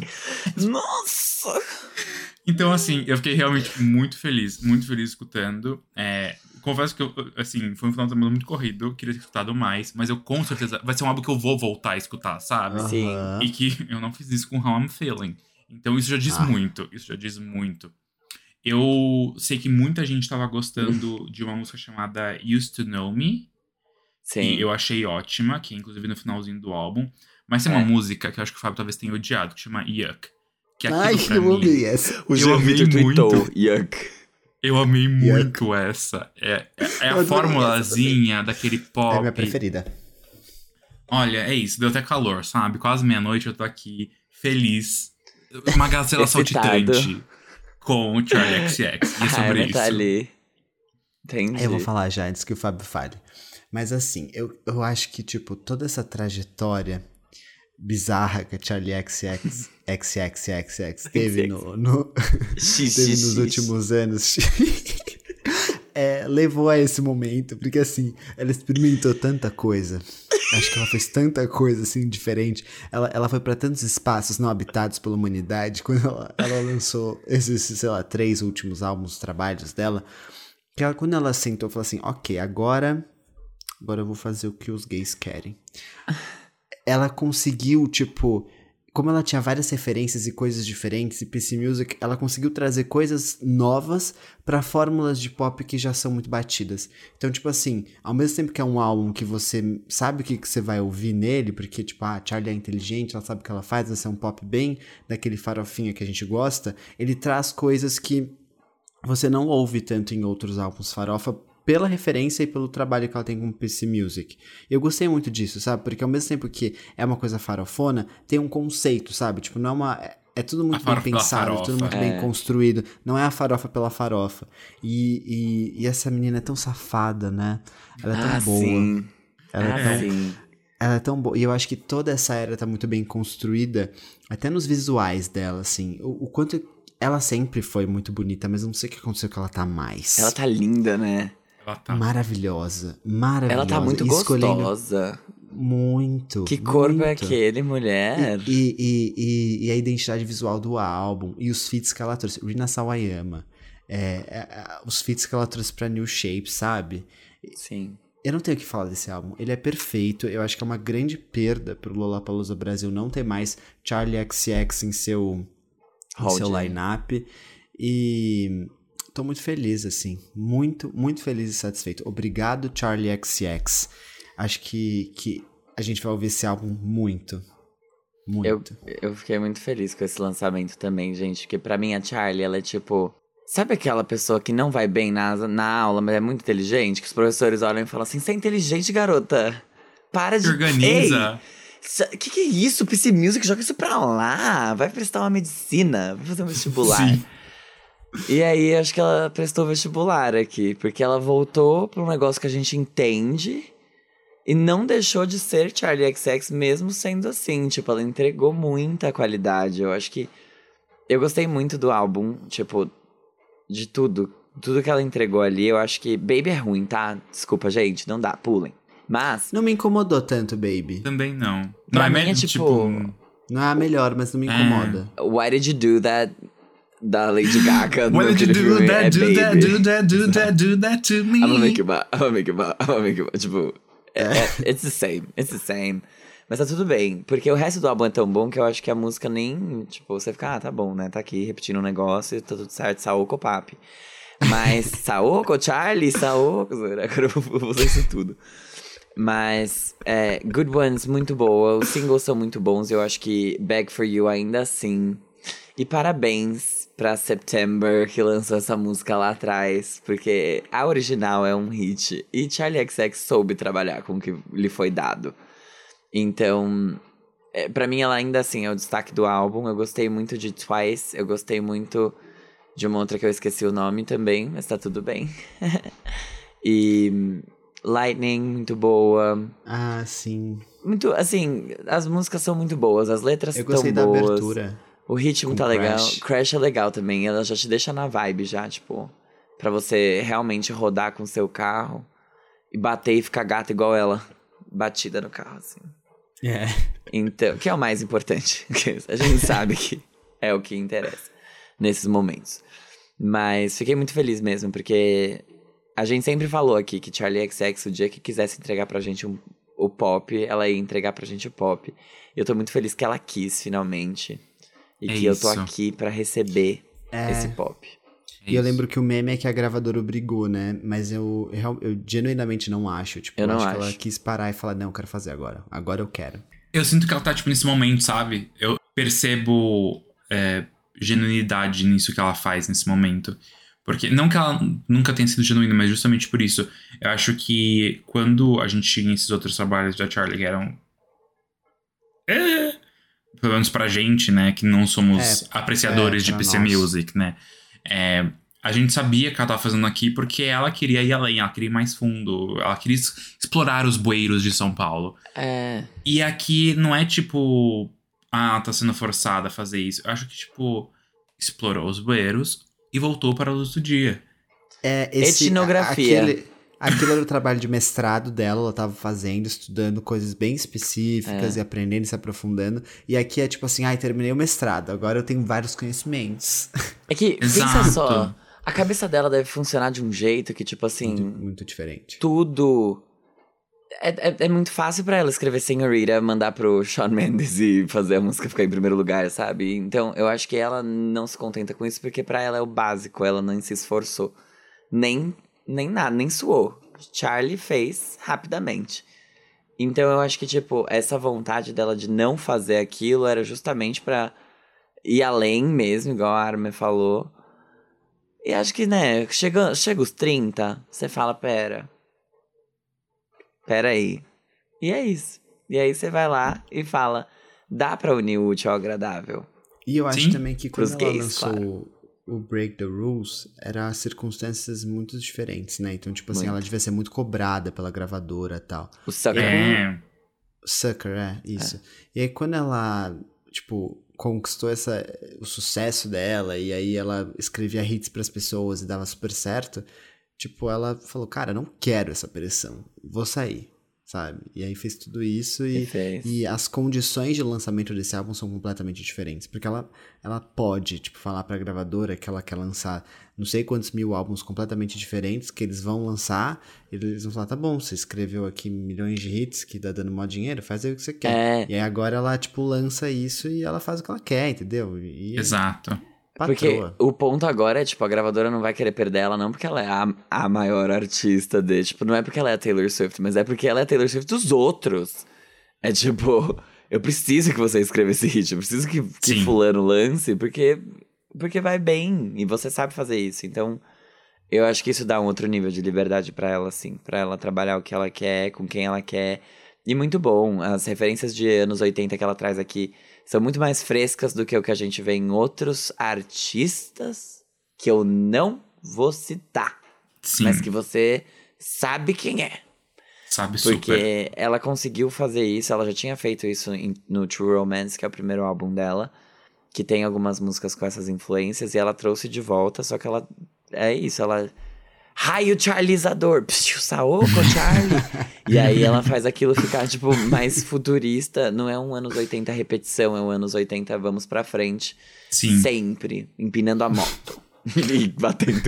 Nossa! Então, assim, eu fiquei realmente muito feliz escutando. confesso que assim, foi um final de semana muito corrido, eu queria ter escutado mais, mas eu com certeza vai ser um álbum que eu vou voltar a escutar, sabe? Sim. E que eu não fiz isso com How I'm Feeling. Então isso já diz muito, isso já diz muito. Eu sei que muita gente tava gostando de uma música chamada Used to Know Me, Sim. e eu achei ótima, que é inclusive no finalzinho do álbum. Mas tem uma música que eu acho que o Fábio talvez tenha odiado, que chama Yuck. Que aquilo pra eu mim, amei essa. O eu Jean amei Vitor tweetou, muito. yuck. Eu amei muito essa. É a formulazinha daquele pop. É a minha preferida. Olha, é isso, deu até calor, sabe? Quase meia-noite eu tô aqui, feliz. Uma gazela Excitado. saltitante com o Charlie XX. E é sobre isso. Tá ali. Entendi. Eu vou falar já, antes que o Fábio fale. Mas assim, eu acho que, tipo, toda essa trajetória bizarra que a Charlie XXXXXX teve teve nos últimos anos, levou a esse momento, porque assim, ela experimentou tanta coisa. Acho que ela fez tanta coisa, assim, diferente. Ela foi pra tantos espaços não habitados pela humanidade, quando ela lançou esses, sei lá, 3 últimos álbuns, trabalhos dela, que quando ela sentou, falou assim, ok, agora eu vou fazer o que os gays querem. Ela conseguiu, tipo, como ela tinha várias referências e coisas diferentes, e PC Music, ela conseguiu trazer coisas novas pra fórmulas de pop que já são muito batidas. Então, tipo assim, ao mesmo tempo que é um álbum que você sabe o que você vai ouvir nele, porque, tipo, a Charlie é inteligente, ela sabe o que ela faz, vai ser um pop bem daquele farofinha que a gente gosta, ele traz coisas que você não ouve tanto em outros álbuns farofa, pela referência e pelo trabalho que ela tem com PC Music. Eu gostei muito disso, sabe? Porque ao mesmo tempo que é uma coisa farofona, tem um conceito, sabe? Tipo, não é uma... É tudo muito bem pensado, tudo muito bem construído. Não é a farofa pela farofa. E essa menina é tão safada, né? Ela é tão boa. Sim. Ela é tão boa. E eu acho que toda essa era tá muito bem construída, até nos visuais dela, assim. O quanto... Ela sempre foi muito bonita, mas não sei o que aconteceu que ela tá mais. Ela tá linda, né? Ela tá maravilhosa. Ela tá muito gostosa. Muito. Que corpo muito. é aquele, mulher? E a identidade visual do álbum. E os feats que ela trouxe. Rina Sawayama. Os feats que ela trouxe pra New Shape, sabe? Sim. Eu não tenho o que falar desse álbum. Ele é perfeito. Eu acho que é uma grande perda pro Lollapalooza Brasil não ter mais Charlie XX em seu line-up. E tô muito feliz, assim. Muito, muito feliz e satisfeito. Obrigado, Charlie XX. Acho que a gente vai ouvir esse álbum muito. Muito. Eu fiquei muito feliz com esse lançamento também, gente. Porque pra mim a Charlie, ela é tipo... Sabe aquela pessoa que não vai bem na aula, mas é muito inteligente? Que os professores olham e falam assim, você é inteligente, garota. Para de... Organiza. Que é isso? PC Music, joga isso pra lá. Vai prestar uma medicina. Vai fazer um vestibular. Sim. E aí, acho que ela prestou vestibular aqui. Porque ela voltou pra um negócio que a gente entende. E não deixou de ser Charlie XX mesmo sendo assim. Tipo, ela entregou muita qualidade. Eu acho que... Eu gostei muito do álbum. Tipo, de tudo. Tudo que ela entregou ali. Eu acho que... Baby é ruim, tá? Desculpa, gente. Não dá, pulem. Mas... Não me incomodou tanto, Baby. Também não. Pra não mim é tipo... Não é a melhor, mas não me incomoda. Why Did You Do That? Da Lady Gaga. Why did you do that, do that, do that, do that, do that to me? I'm gonna make it back. Tipo, it's the same. Mas tá tudo bem, porque o resto do álbum é tão bom que eu acho que a música nem... Tipo, você fica, tá bom, né? Tá aqui repetindo um negócio e tá tudo certo, Saoko Papi. Mas, Saoko, Charlie, Saoko... Agora eu vou usar isso tudo. Mas, Good Ones, muito boa. Os singles são muito bons. Eu acho que Beg For You ainda assim. E parabéns pra September, que lançou essa música lá atrás. Porque a original é um hit. E Charlie XX soube trabalhar com o que lhe foi dado. Então, pra mim ela ainda assim é o destaque do álbum. Eu gostei muito de Twice. Eu gostei muito de uma outra que eu esqueci o nome também. Mas tá tudo bem. E... Lightning, muito boa. Ah, sim. Muito, assim, as músicas são muito boas, as letras estão boas. Eu gostei da abertura. O ritmo tá legal. Crash é legal também, ela já te deixa na vibe já, tipo... Pra você realmente rodar com o seu carro e bater e ficar gata igual ela. Batida no carro, assim. Então, que é o mais importante. A gente sabe que é o que interessa nesses momentos. Mas fiquei muito feliz mesmo, porque... A gente sempre falou aqui que Charli XX, o dia que quisesse entregar pra gente o pop, ela ia entregar pra gente o pop. E eu tô muito feliz que ela quis, finalmente. E que eu tô aqui pra receber esse pop. E eu lembro que o meme é que a gravadora obrigou, né? Mas eu genuinamente não acho. Tipo, eu acho que ela quis parar e falar, não, eu quero fazer agora. Agora eu quero. Eu sinto que ela tá, tipo, nesse momento, sabe? Eu percebo genuinidade nisso que ela faz nesse momento. Porque, não que ela nunca tenha sido genuína, mas justamente por isso. Eu acho que quando a gente tinha esses outros trabalhos da Charli que eram... pelo menos pra gente, né? Que não somos apreciadores de PC Music, né? A gente sabia que ela tava fazendo aqui porque ela queria ir além, ela queria ir mais fundo, ela queria explorar os bueiros de São Paulo. E aqui não é tipo, tá sendo forçada a fazer isso. Eu acho que, tipo, explorou os bueiros e voltou para a luz do dia. Etnografia. Aquilo era o trabalho de mestrado dela, ela tava fazendo, estudando coisas bem específicas e aprendendo e se aprofundando. E aqui é tipo assim, terminei o mestrado, agora eu tenho vários conhecimentos. É que, pensa só, a cabeça dela deve funcionar de um jeito que, tipo assim... Muito diferente. Tudo... É muito fácil pra ela escrever Senhorita, mandar pro Shawn Mendes e fazer a música ficar em primeiro lugar, sabe? Então, eu acho que ela não se contenta com isso porque pra ela é o básico, ela não se esforçou. Nem nada, nem suou. Charli fez rapidamente. Então, eu acho que, tipo, essa vontade dela de não fazer aquilo era justamente pra ir além mesmo, igual a Armin falou. E acho que, né, chega os 30, você fala, pera aí. E é isso. E aí você vai lá e fala, dá pra unir o útil ao agradável. E eu acho também que quando ela lançou claro. o Break the Rules, eram circunstâncias muito diferentes, né? Então, tipo assim, ela devia ser muito cobrada pela gravadora e tal. O Sucker. Sucker, isso. E aí quando ela, tipo, conquistou o sucesso dela, e aí ela escrevia hits pras pessoas e dava super certo, tipo, ela falou, cara, não quero essa pressão, vou sair, sabe? E aí fez tudo isso e as condições de lançamento desse álbum são completamente diferentes, porque ela pode, tipo, falar pra gravadora que ela quer lançar não sei quantos mil álbuns completamente diferentes que eles vão lançar, e eles vão falar, tá bom, você escreveu aqui milhões de hits que tá dando mó dinheiro, faz aí o que você quer. E aí agora ela, tipo, lança isso e ela faz o que ela quer, entendeu? Exato. Patroa. Porque o ponto agora é, tipo, a gravadora não vai querer perder ela não porque ela é a maior artista tipo, não é porque ela é a Taylor Swift, mas é porque ela é a Taylor Swift dos outros. É tipo, eu preciso que você escreva esse hit, eu preciso que fulano lance, porque vai bem, e você sabe fazer isso. Então, eu acho que isso dá um outro nível de liberdade pra ela, assim, pra ela trabalhar o que ela quer, com quem ela quer. E muito bom, as referências de anos 80 que ela traz aqui são muito mais frescas do que o que a gente vê em outros artistas que eu não vou citar. Mas que você sabe quem é. Sabe super. Porque ela conseguiu fazer isso, ela já tinha feito isso no True Romance, que é o primeiro álbum dela, que tem algumas músicas com essas influências, e ela trouxe de volta, só que ela... É isso, ela... Raio Charlizador! Psiu, Saoko, Charlie! E aí ela faz aquilo ficar, tipo, mais futurista. Não é um anos 80 repetição, é um anos 80 vamos pra frente. Sim. Sempre. Empinando a moto. E batendo.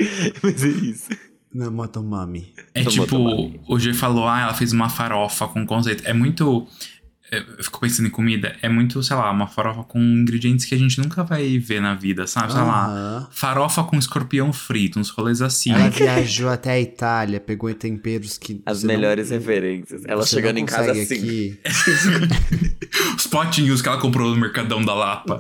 Mas é isso. Na Motomami. É tipo, o G falou, ela fez uma farofa com conceito. É muito... Eu fico pensando em comida, é muito, sei lá, uma farofa com ingredientes que a gente nunca vai ver na vida, sabe? Sei lá, farofa com escorpião frito, uns rolês assim. Ela viajou até a Itália, pegou temperos que... As melhores referências. Ela chegando em casa assim. Aqui. Os potinhos que ela comprou no Mercadão da Lapa.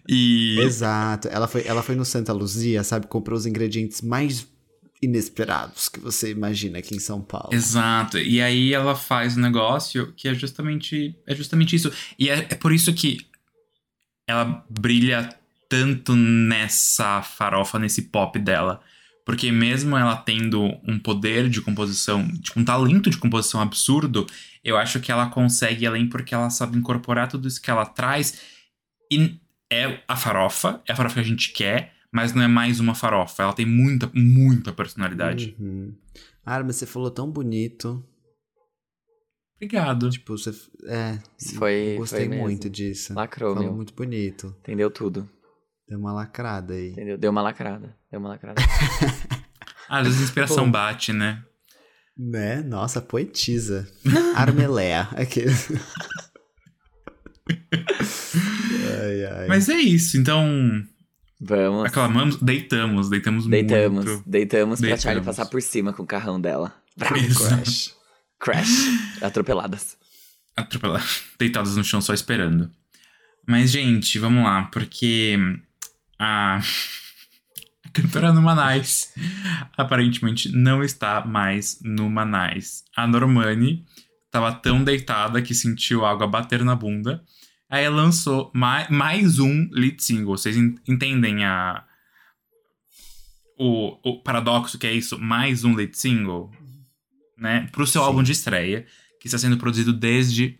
Exato. Ela foi no Santa Luzia, sabe? Comprou os ingredientes mais inesperados que você imagina aqui em São Paulo. Exato. E aí ela faz um negócio que é justamente isso. E é por isso que ela brilha tanto nessa farofa, nesse pop dela. Porque mesmo ela tendo um poder de composição, um talento de composição absurdo, eu acho que ela consegue ir além porque ela sabe incorporar tudo isso que ela traz. E é a farofa que a gente quer, mas não é mais uma farofa. Ela tem muita, muita personalidade. Mas você falou tão bonito. Obrigado. Tipo, você... gostei foi muito disso. Lacrou, falou meu. muito bonito. Entendeu tudo. Deu uma lacrada aí. Entendeu? Deu uma lacrada. Às vezes a inspiração bate, né? Né? Nossa, poetisa. Armelé. Aquele... ai, ai. Mas é isso, então... Vamos. Aclamamos, deitamos muito. Deitamos pra Charlie passar por cima com o carrão dela. Isso. Crash. Atropeladas. Deitados no chão só esperando. Mas, gente, vamos lá, porque a cantora Numanais aparentemente não está mais no Manais. A Normani estava tão deitada que sentiu água bater na bunda. Aí ela lançou mais um lead single. Vocês entendem o paradoxo que é isso? Mais um lead single, né? Pro seu álbum de estreia, que está sendo produzido desde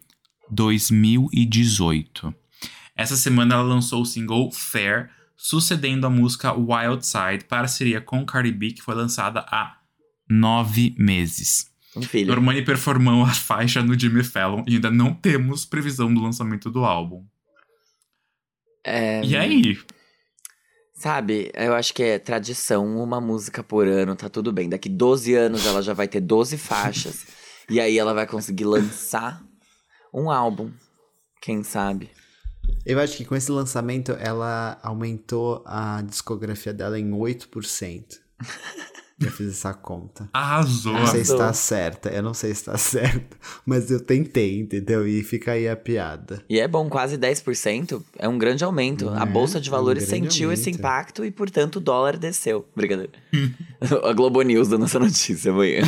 2018. Essa semana ela lançou o single Fair, sucedendo a música Wild Side, parceria com Cardi B, que foi lançada há 9 meses. Um filho. Normani performou a faixa no Jimmy Fallon e ainda não temos previsão do lançamento do álbum. E aí? Sabe, eu acho que é tradição, uma música por ano, tá tudo bem. Daqui 12 anos ela já vai ter 12 faixas. E aí ela vai conseguir lançar um álbum. Quem sabe? Eu acho que com esse lançamento ela aumentou a discografia dela em 8%. Eu fiz essa conta. Arrasou. Não sei se tá certa, eu não sei se tá certo, mas eu tentei, entendeu? E fica aí a piada. E é bom, quase 10%, é um grande aumento. A Bolsa de Valores sentiu esse impacto e, portanto, o dólar desceu. Brincadeira. A Globo News dando essa notícia amanhã.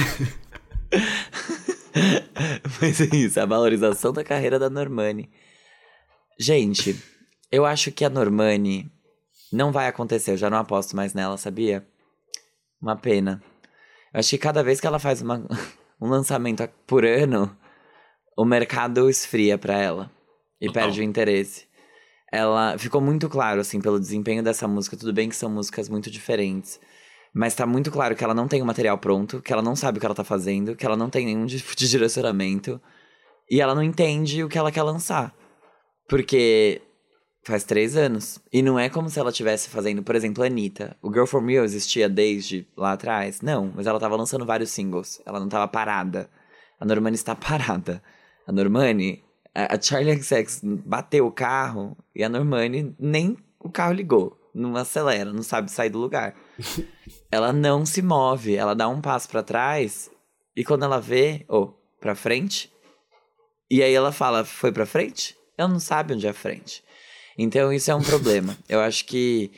Mas é isso, a valorização da carreira da Normani. Gente, eu acho que a Normani não vai acontecer, eu já não aposto mais nela, sabia? Uma pena. Eu acho que cada vez que ela faz um lançamento por ano, o mercado esfria pra ela. E perde o interesse. Ela ficou muito claro, assim, pelo desempenho dessa música. Tudo bem que são músicas muito diferentes. Mas tá muito claro que ela não tem o material pronto, que ela não sabe o que ela tá fazendo, que ela não tem nenhum tipo de direcionamento. E ela não entende o que ela quer lançar. Porque... faz 3 anos. E não é como se ela estivesse fazendo, por exemplo, a Anitta. O Girl From Real existia desde lá atrás? Não, mas ela tava lançando vários singles. Ela não tava parada. A Normani está parada. A Normani... A Charli XCX bateu o carro e a Normani nem o carro ligou. Não acelera, não sabe sair do lugar. Ela não se move. Ela dá um passo pra trás e quando ela vê... pra frente. E aí ela fala, foi pra frente? Ela não sabe onde é a frente. Então isso é um problema. Eu acho que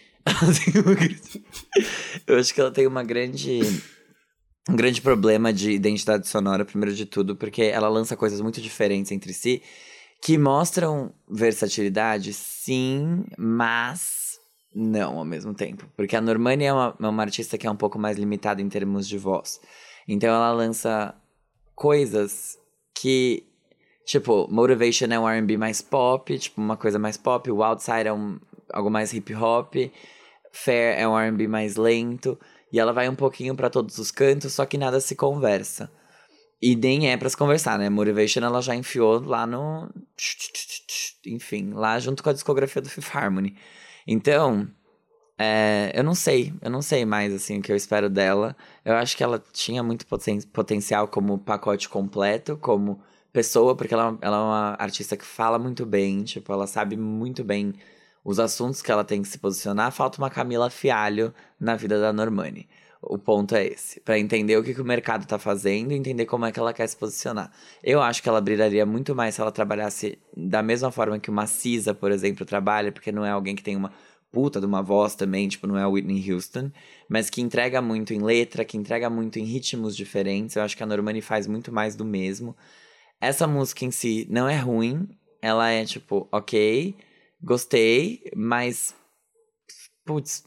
ela tem um grande problema de identidade sonora, primeiro de tudo, porque ela lança coisas muito diferentes entre si, que mostram versatilidade, sim, mas não ao mesmo tempo. Porque a Normani é uma artista que é um pouco mais limitada em termos de voz. Então ela lança coisas que... tipo, Motivation é um R&B mais pop, tipo, uma coisa mais pop. O Outside é algo mais hip hop. Fair é um R&B mais lento. E ela vai um pouquinho pra todos os cantos, só que nada se conversa. E nem é pra se conversar, né? Motivation ela já enfiou lá no... enfim, lá junto com a discografia do Fifth Harmony. Então, eu não sei mais, assim, o que eu espero dela. Eu acho que ela tinha muito potencial como pacote completo, como... pessoa, porque ela é uma artista que fala muito bem, tipo, ela sabe muito bem os assuntos que ela tem que se posicionar. Falta uma Camila Fialho na vida da Normani. O ponto é esse, pra entender o que o mercado tá fazendo e entender como é que ela quer se posicionar. Eu acho que ela brilharia muito mais se ela trabalhasse da mesma forma que uma Cisa, por exemplo, trabalha, porque não é alguém que tem uma puta de uma voz também, tipo, não é a Whitney Houston, mas que entrega muito em letra, que entrega muito em ritmos diferentes. Eu acho que a Normani faz muito mais do mesmo. Essa música em si não é ruim, ela é tipo, ok, gostei, mas, putz,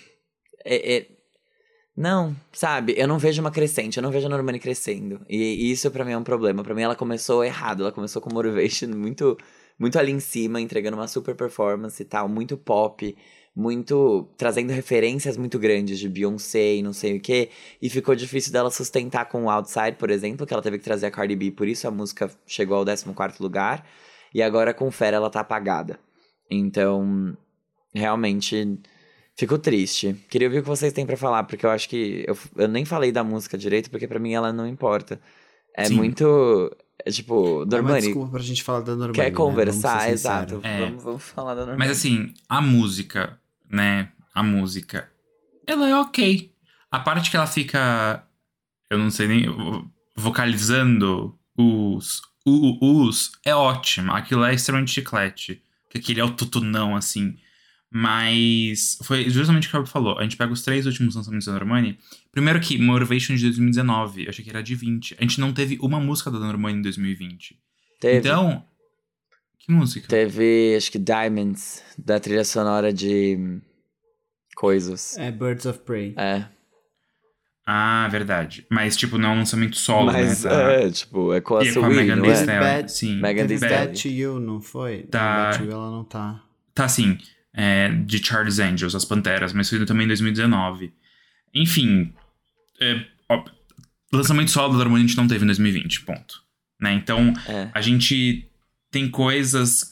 não, sabe, eu não vejo uma crescente, eu não vejo a Normani crescendo, e isso pra mim é um problema. Pra mim ela começou errado, ela começou com Motivation muito, muito ali em cima, entregando uma super performance e tal, muito pop, muito, trazendo referências muito grandes de Beyoncé e não sei o que, e ficou difícil dela sustentar com o Outside, por exemplo, que ela teve que trazer a Cardi B, por isso a música chegou ao 14º lugar, e agora com Fera ela tá apagada. Então, realmente, Fico triste. Queria ouvir o que vocês têm pra falar, porque eu acho que... Eu nem falei da música direito, porque pra mim ela não importa. É Sim. muito... tipo, É uma Normani, desculpa pra gente falar da Normani, quer né? conversar? Vamos ser Exato. sinceros. É. Vamos falar da Normani. Mas assim, a música, né? A música, ela é ok. A parte que ela fica, eu não sei nem, vocalizando os é ótima. Aquilo é extremamente chiclete. Que aquele é o tutunão, assim. Mas foi justamente o que o Fábio falou. A gente pega os 3 últimos lançamentos da Normani. Primeiro que Motivation de 2019. Eu achei que era de 20. A gente não teve uma música da Normani em 2020. Teve, Então, que música? teve, acho que Diamonds, da trilha sonora de Coisas. É Birds of Prey. É. Ah, verdade. Mas, tipo, não é um lançamento solo, Mas, né? tipo, é com a E é com a Sueli, Megan não Thee é? Stallion. Bad- Sim. Megan Thee Teve Stallion. Bad to You, não foi? Tá. Não, Bad to You ela não tá. Tá, sim. De Charlie's Angels, As Panteras, mas foi também em 2019. Enfim, lançamento solo da Harmonia a gente não teve em 2020, ponto. Né? Então, É. a gente tem coisas...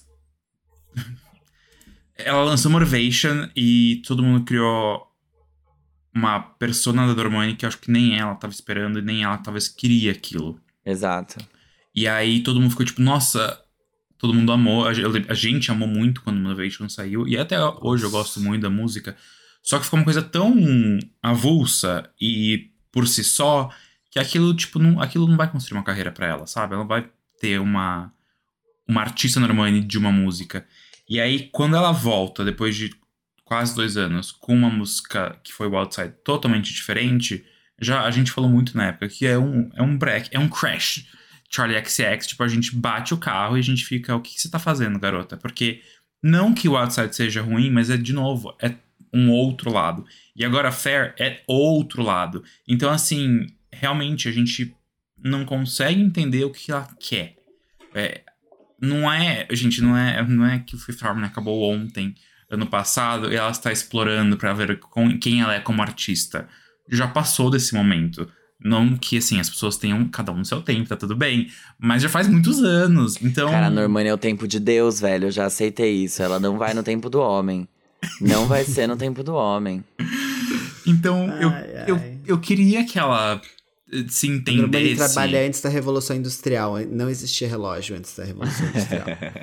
Ela lançou Motivation e todo mundo criou uma persona da Dormani que eu acho que nem ela tava esperando e nem ela talvez queria aquilo. Exato. E aí todo mundo ficou tipo, nossa, todo mundo amou. A gente amou muito quando Motivation saiu. E até hoje eu gosto muito da música. Só que ficou uma coisa tão avulsa e por si só que aquilo, tipo, aquilo não vai construir uma carreira pra ela, sabe? Ela não vai ter uma artista Normani de uma música. E aí, quando ela volta, depois de quase 2 anos, com uma música que foi o Outside totalmente diferente, já a gente falou muito na época que é um break, é um crash. Charlie XCX, tipo, a gente bate o carro e a gente fica, o que você tá fazendo, garota? Porque não que o Outside seja ruim, mas de novo, é um outro lado. E agora Fair é outro lado. Então, assim, realmente a gente não consegue entender o que ela quer. Não é que o Fifth Harmony acabou ontem, ano passado, e ela está explorando pra ver quem ela é como artista. Já passou desse momento. Não que, assim, as pessoas tenham cada um no seu tempo, tá tudo bem. Mas já faz muitos anos, então... Cara, a Normani é o tempo de Deus, velho. Eu já aceitei isso. Ela não vai no tempo do homem. Não vai ser no tempo do homem. Então, Ai. eu queria que ela se A Normani entendesse... trabalha antes da Revolução Industrial. Não existia relógio antes da Revolução Industrial.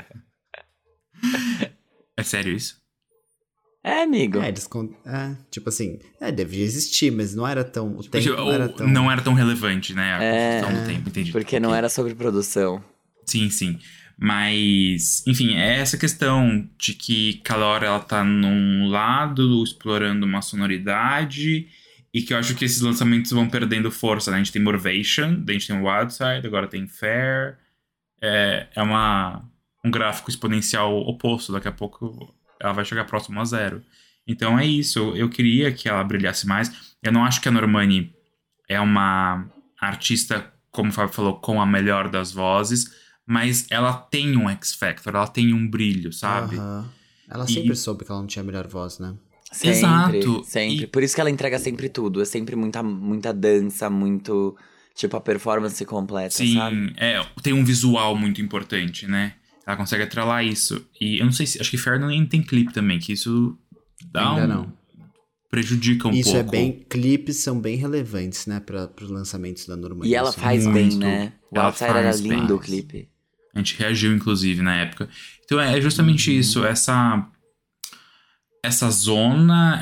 É sério isso? É, amigo. Tipo assim, devia existir, mas não era tão... O tempo Ou não era tão... não era tão relevante, né? A construção do tempo, entendi. Porque não era sobre produção. Sim, sim. Mas, enfim, é essa questão de que cada hora ela tá num lado explorando uma sonoridade e que eu acho que esses lançamentos vão perdendo força, né? A gente tem Motivation, daí a gente tem o Wildside, agora tem Fair. É um gráfico exponencial oposto, daqui a pouco ela vai chegar próximo a 0. Então é isso, eu queria que ela brilhasse mais. Eu não acho que a Normani é uma artista, como o Fábio falou, com a melhor das vozes, mas ela tem um X-Factor, ela tem um brilho, sabe? Aham. Ela sempre soube que ela não tinha a melhor voz, né? Sempre, Exato. sempre. E- Por isso que ela entrega sempre tudo. É sempre muita dança, muito... Tipo, a performance completa, Sim, sabe? tem um visual muito importante, né? Ela consegue atrelar isso. E eu não sei se... Acho que Fair nem tem clipe também, que isso dá Ainda não. prejudica um Isso pouco. clipes são bem relevantes, né, para os lançamentos da Normani. E ela Isso. faz muito. bem, né? O Ela Outside era faz bem. lindo o clipe. A gente reagiu, inclusive, na época. Então é justamente isso. Essa zona,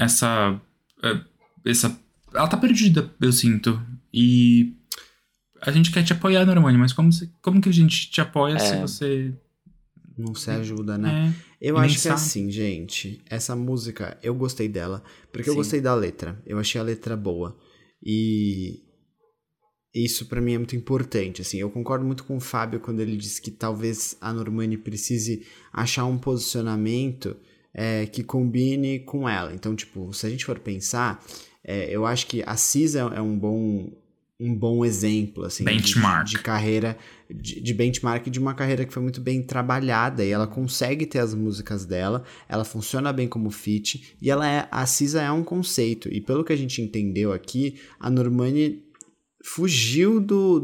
ela tá perdida, eu sinto. E a gente quer te apoiar, Normani, mas como que a gente te apoia se você... Não se ajuda, né? Eu e nem acho que é sabe. assim, gente. Essa música, eu gostei dela. Porque eu Sim. gostei da letra. Eu achei a letra boa. E isso pra mim é muito importante, assim. Eu concordo muito com o Fábio quando ele diz que talvez a Normani precise achar um posicionamento que combine com ela. Então, tipo, se a gente for pensar, eu acho que a Cisa é um bom exemplo, assim, Benchmark. de carreira, de benchmark de uma carreira que foi muito bem trabalhada, e ela consegue ter as músicas dela, ela funciona bem como feat, e a Cisa é um conceito, e pelo que a gente entendeu aqui, a Normani fugiu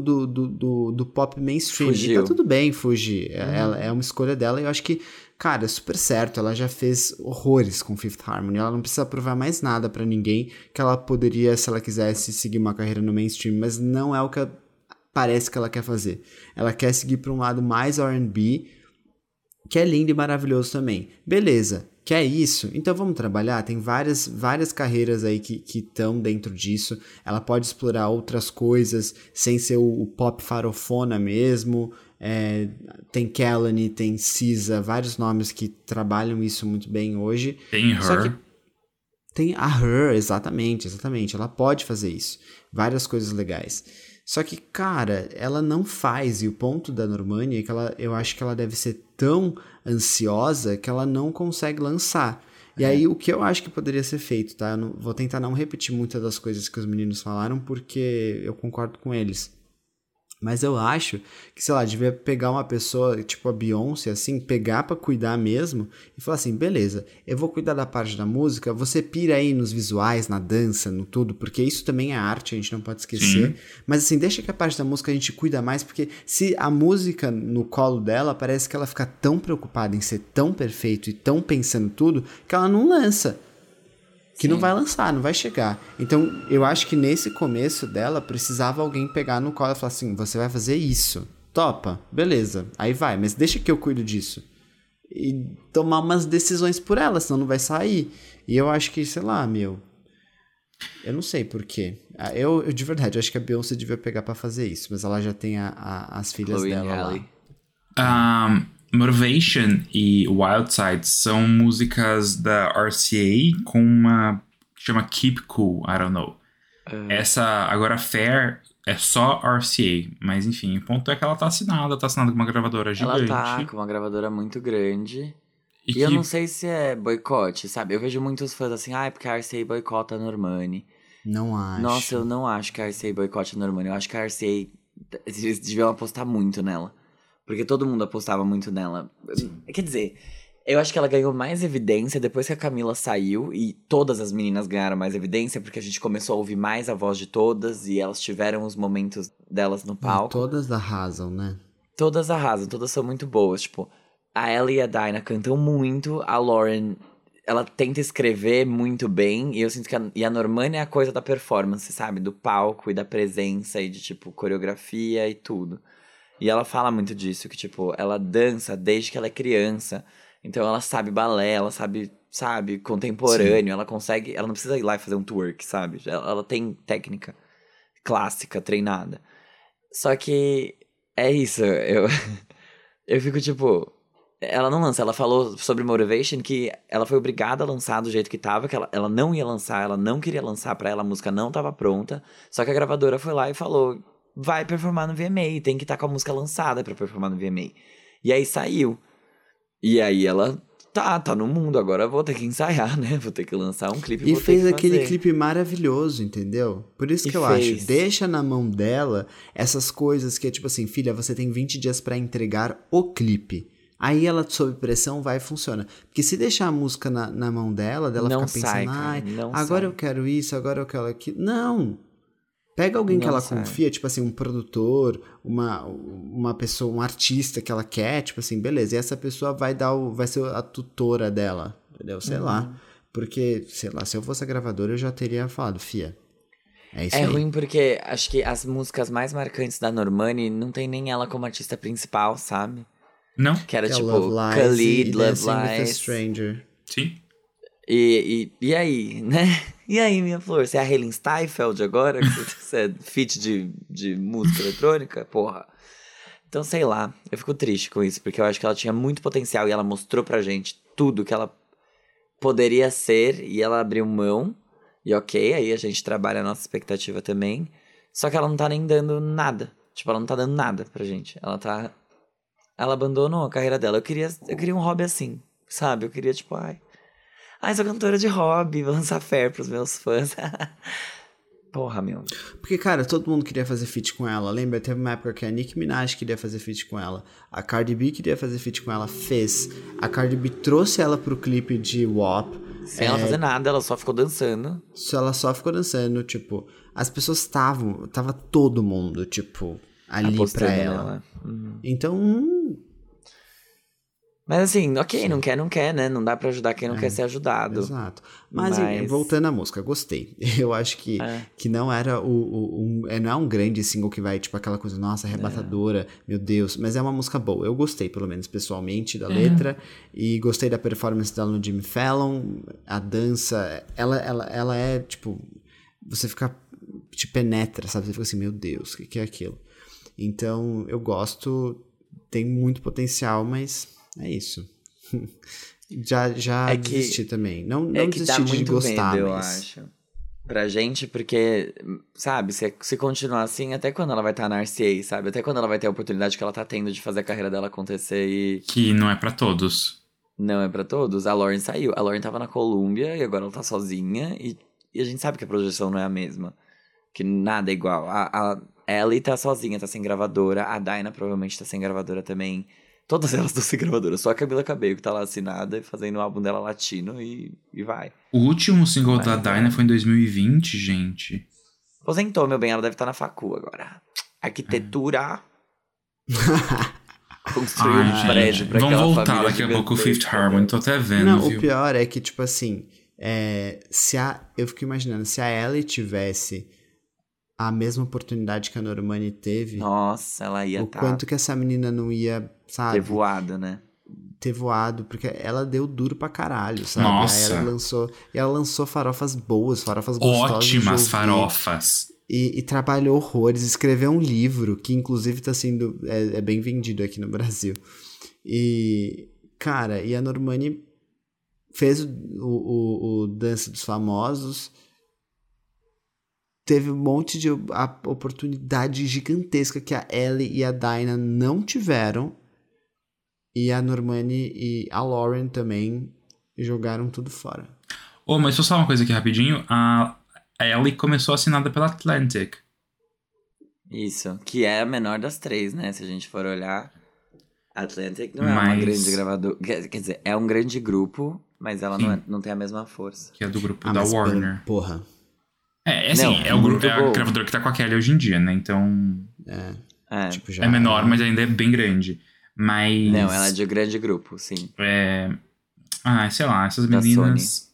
do pop mainstream. Fugiu. E tá tudo bem fugir. É uma escolha dela e eu acho que, cara, é super certo. Ela já fez horrores com Fifth Harmony. Ela não precisa provar mais nada pra ninguém, que ela poderia, se ela quisesse, seguir uma carreira no mainstream. Mas não é o que parece que ela quer fazer. Ela quer seguir pra um lado mais R&B, que é lindo e maravilhoso também. Beleza. Quer isso? Então vamos trabalhar. Tem várias carreiras aí que estão dentro disso. Ela pode explorar outras coisas sem ser o pop farofona mesmo. Tem Kelly, tem SZA, vários nomes que trabalham isso muito bem hoje. Tem Her. Só que tem a Her, exatamente. Ela pode fazer isso. Várias coisas legais. Só que, cara, ela não faz. E o ponto da Normani é que eu acho que ela deve ser tão ansiosa que ela não consegue lançar. E aí, o que eu acho que poderia ser feito, tá? Eu vou tentar não repetir muitas das coisas que os meninos falaram, porque eu concordo com eles. Mas eu acho que, sei lá, devia pegar uma pessoa, tipo a Beyoncé, assim, pegar pra cuidar mesmo e falar assim, beleza, eu vou cuidar da parte da música, você pira aí nos visuais, na dança, no tudo, porque isso também é arte, a gente não pode esquecer. Sim. Mas assim, deixa que a parte da música a gente cuida mais, porque se a música no colo dela, parece que ela fica tão preocupada em ser tão perfeito e tão pensando tudo, que ela não lança. Que Sim. Não vai lançar, não vai chegar. Então, eu acho que nesse começo dela, precisava alguém pegar no colo e falar assim, você vai fazer isso. Topa? Beleza. Aí vai, mas deixa que eu cuido disso. E tomar umas decisões por ela, senão não vai sair. E eu acho que, sei lá, eu não sei por quê. Eu de verdade, acho que a Beyoncé devia pegar pra fazer isso, mas ela já tem as filhas Chloe dela lá. Motivation e Wildside são músicas da RCA com uma que chama Keep Cool, I don't know. Essa, agora Fair, é só RCA, mas enfim, o ponto é que ela tá assinada com uma gravadora gigante. Ela tá com uma gravadora muito grande. E eu não sei se é boicote, sabe? Eu vejo muitos fãs assim, porque a RCA boicota a Normani. Não acho. Nossa, eu não acho que a RCA boicote a Normani. Eu acho que a RCA, eles deviam apostar muito nela. Porque todo mundo apostava muito nela. Sim. Quer dizer, eu acho que ela ganhou mais evidência depois que a Camila saiu. E todas as meninas ganharam mais evidência, porque a gente começou a ouvir mais a voz de todas. E elas tiveram os momentos delas no palco. Todas arrasam, né? Todas arrasam, todas são muito boas. Tipo, a Ellie e a Dinah cantam muito. A Lauren, ela tenta escrever muito bem. E eu sinto que a Normani é a coisa da performance, sabe? Do palco e da presença e de, tipo, coreografia e tudo. E ela fala muito disso, que, tipo, ela dança desde que ela é criança. Então, ela sabe balé, ela sabe, contemporâneo. Sim. Ela consegue... Ela não precisa ir lá e fazer um twerk, sabe? Ela tem técnica clássica, treinada. Só que é isso. Eu fico, tipo... Ela não lança. Ela falou sobre Motivation que ela foi obrigada a lançar do jeito que tava. Que ela não ia lançar, ela não queria lançar pra ela. A música não tava pronta. Só que a gravadora foi lá e falou... Vai performar no VMA, tem que estar com a música lançada pra performar no VMA. E aí saiu. E aí ela tá no mundo, agora eu vou ter que ensaiar, né? Vou ter que lançar um clipe. E fez aquele clipe maravilhoso, entendeu? Por isso que eu acho, deixa na mão dela essas coisas que é tipo assim, filha, você tem 20 dias pra entregar o clipe. Aí ela, sob pressão, vai e funciona. Porque se deixar a música na mão dela ficar pensando, agora eu quero isso, agora eu quero aquilo. Não! Pega alguém que ela confia, tipo assim, um produtor, uma pessoa, um artista que ela quer, tipo assim, beleza. E essa pessoa vai ser a tutora dela, entendeu? Sei lá. Porque, sei lá, se eu fosse a gravadora, eu já teria falado, fia. É isso aí. É ruim porque acho que as músicas mais marcantes da Normani não tem nem ela como artista principal, sabe? Não. Que era tipo Khalid, Love Lies. Stranger. Sim. E aí, né? E aí, minha flor, você é a Helen Steinfeld agora? Você é feat de música eletrônica? Porra. Então, sei lá, eu fico triste com isso, porque eu acho que ela tinha muito potencial e ela mostrou pra gente tudo que ela poderia ser e ela abriu mão. E ok, aí a gente trabalha a nossa expectativa também. Só que ela não tá nem dando nada. Tipo, ela não tá dando nada pra gente. Ela abandonou a carreira dela. Eu queria um hobby assim, sabe? Eu queria, tipo, sou cantora de hobby, vou lançar Fair pros meus fãs. Porra, meu. Porque, cara, todo mundo queria fazer feat com ela. Lembra? Teve uma época que a Nicki Minaj queria fazer feat com ela. A Cardi B queria fazer feat com ela, fez. A Cardi B trouxe ela pro clipe de WAP. Sem ela fazer nada, ela só ficou dançando. Ela só ficou dançando, tipo, as pessoas tava todo mundo, tipo, ali Apostando pra ela. nela. Então, Mas assim, ok, não quer, né? Não dá pra ajudar quem não quer ser ajudado. exato. Mas Mas- voltando à música, gostei. Eu acho que não era não é um grande single que vai, tipo, aquela coisa, nossa, arrebatadora, meu Deus. Mas é uma música boa. Eu gostei, pelo menos, pessoalmente, da letra. E gostei da performance dela no Jimmy Fallon. A dança, ela é, tipo, você fica, te penetra, sabe? Você fica assim, meu Deus, o que é aquilo? Então, eu gosto, tem muito potencial, mas é isso. Já É que- desisti também. Não É que dá desisti de muito gostar, medo, eu mas... acho. Pra gente, porque, sabe, se continuar assim, até quando ela vai estar na RCA, sabe? Até quando ela vai ter a oportunidade que ela tá tendo de fazer a carreira dela acontecer e Que não é pra todos. não é pra todos. A Lauren saiu. A Lauren tava na Columbia e agora ela tá sozinha e a gente sabe que a projeção não é a mesma. Que nada é igual. A Ellie tá sozinha, tá sem gravadora. A Dinah provavelmente tá sem gravadora também. Todas elas estão sem gravadora. Só a Camila Cabello que tá lá assinada e fazendo o álbum dela latino e vai. O último single da Mas, Dinah foi em 2020, gente. Aposentou, meu bem. Ela deve estar na facu agora. Arquitetura. Construiu Ai, um prédio gente. pra Vamos aquela voltar família daqui a pouco o gigantesca, Fifth Harmony. Tô até vendo, Não, viu? o pior é que, tipo assim, eu fico imaginando, se a Ellie tivesse a mesma oportunidade que a Normani teve, Nossa, ela ia o quanto que essa menina não ia, sabe, ter voado, né? ter voado, porque ela deu duro pra caralho, sabe? Nossa. Aí ela lançou farofas boas, farofas gostosas de Ótimas ouvir. farofas. E trabalhou horrores, escreveu um livro que inclusive tá sendo é bem vendido aqui no Brasil. E, cara, e a Normani fez o Dança dos Famosos, teve um monte de oportunidade gigantesca que a Ellie e a Dinah não tiveram, e a Normani e a Lauren também jogaram tudo fora. Ô, mas só uma coisa aqui rapidinho. A Ellie começou assinada pela Atlantic. Isso, que é a menor das três, né? Se a gente for olhar, Atlantic não é uma Mas- grande gravadora. Quer dizer, é um grande grupo, mas ela Sim. não tem a mesma força. Que é do grupo Ah, da mas Warner. porra. É assim, Não, é o grupo, muito é a bom. gravadora que tá com a Kelly hoje em dia, né? Então, É. Tipo, já é menor, mas ainda é bem grande. Mas... Não, ela é de grande grupo, sim. sei lá, essas Da meninas...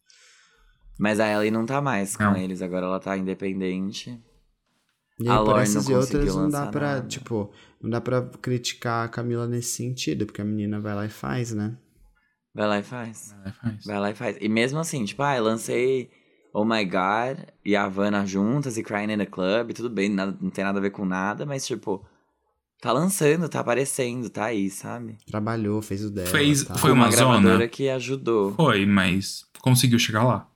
Mas a Ellie não tá mais com Não. eles, agora ela tá independente. E A aí, por Lauren essas não e outras, conseguiu não dá lançar pra, nada. tipo, não dá pra criticar a Camila nesse sentido, porque a menina vai lá e faz, né? Vai lá e faz. Ela faz. Vai lá e faz. E mesmo assim, tipo, eu lancei Oh My God e a Havana juntas e Crying in the Club, tudo bem, não tem nada a ver com nada, mas tipo, tá lançando, tá aparecendo, tá aí, sabe? Trabalhou, fez o dela. Fez- tá? foi uma gravadora zona. que ajudou. Foi, mas conseguiu chegar lá.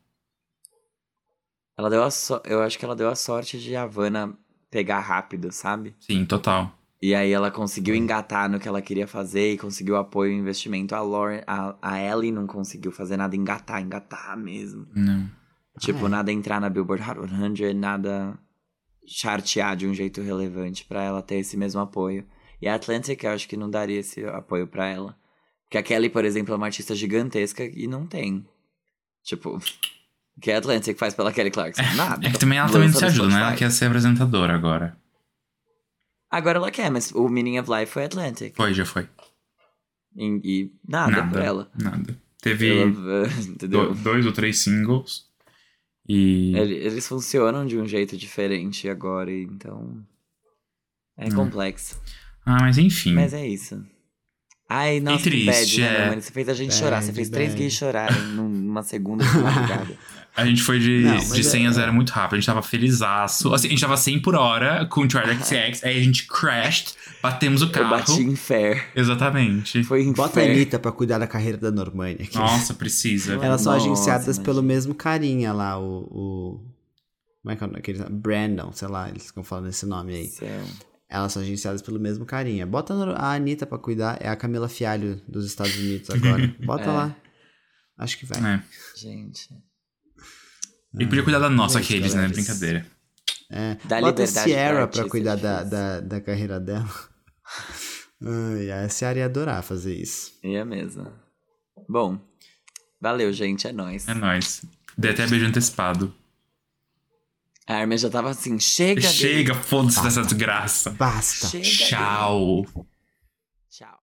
Ela deu eu acho que ela deu a sorte de a Havana pegar rápido, sabe? Sim, total. E aí ela conseguiu engatar no que ela queria fazer e conseguiu apoio e investimento. A Ellie não conseguiu fazer nada engatar mesmo. Não. Tipo, nada entrar na Billboard Hot 100, nada chartear de um jeito relevante pra ela ter esse mesmo apoio. E a Atlantic, eu acho que não daria esse apoio pra ela. Porque a Kelly, por exemplo, é uma artista gigantesca e não tem. Tipo, o que a Atlantic faz pela Kelly Clarkson? Nada. É que também ela também não Lança se no ajuda, né? Ela Spotify. quer ser apresentadora agora. Agora ela quer, mas o Meaning of Life foi Atlantic. Foi, já foi. E nada pra ela. Nada. Teve Entendeu? 2 ou 3 singles. E... Eles funcionam de um jeito diferente agora, então. É complexo. mas enfim. Mas é isso. Ai, nossa, que triste, bad, né, é. mano? Você fez a gente Bad, chorar. Você fez 3 bad. gays chorarem numa segunda de madrugada. A gente foi de Não, mas 100 a 0 muito rápido. A gente tava felizaço. Assim, a gente tava 100 por hora com o Charlie XX. Aí a gente crashed, batemos o Eu carro. bati em fair. Exatamente. Foi em Bota a fair. Anitta pra cuidar da carreira da Normani aqui. Nossa, precisa. Elas são Nossa, agenciadas imagina. pelo mesmo carinha lá, como é que é aquele? Brandon, sei lá, eles ficam falando esse nome aí. Céu. Elas são agenciadas pelo mesmo carinha. Bota a Anitta pra cuidar, é a Camila Fialho dos Estados Unidos agora. Bota lá. Acho que vai. É. Gente. E podia cuidar da nossa, É isso, aqueles, né? galera. Brincadeira. Dá Bota a liberdade Ciara pra pra artista, cuidar é difícil. da carreira dela. Ai, a Ciara ia adorar fazer isso. E é mesmo. Bom, Valeu, gente, é nóis. É nóis. Dei até beijo antecipado. A Armin já tava assim, chega, Chega, foda-se dessa desgraça. Basta. Chega, Tchau. Tchau.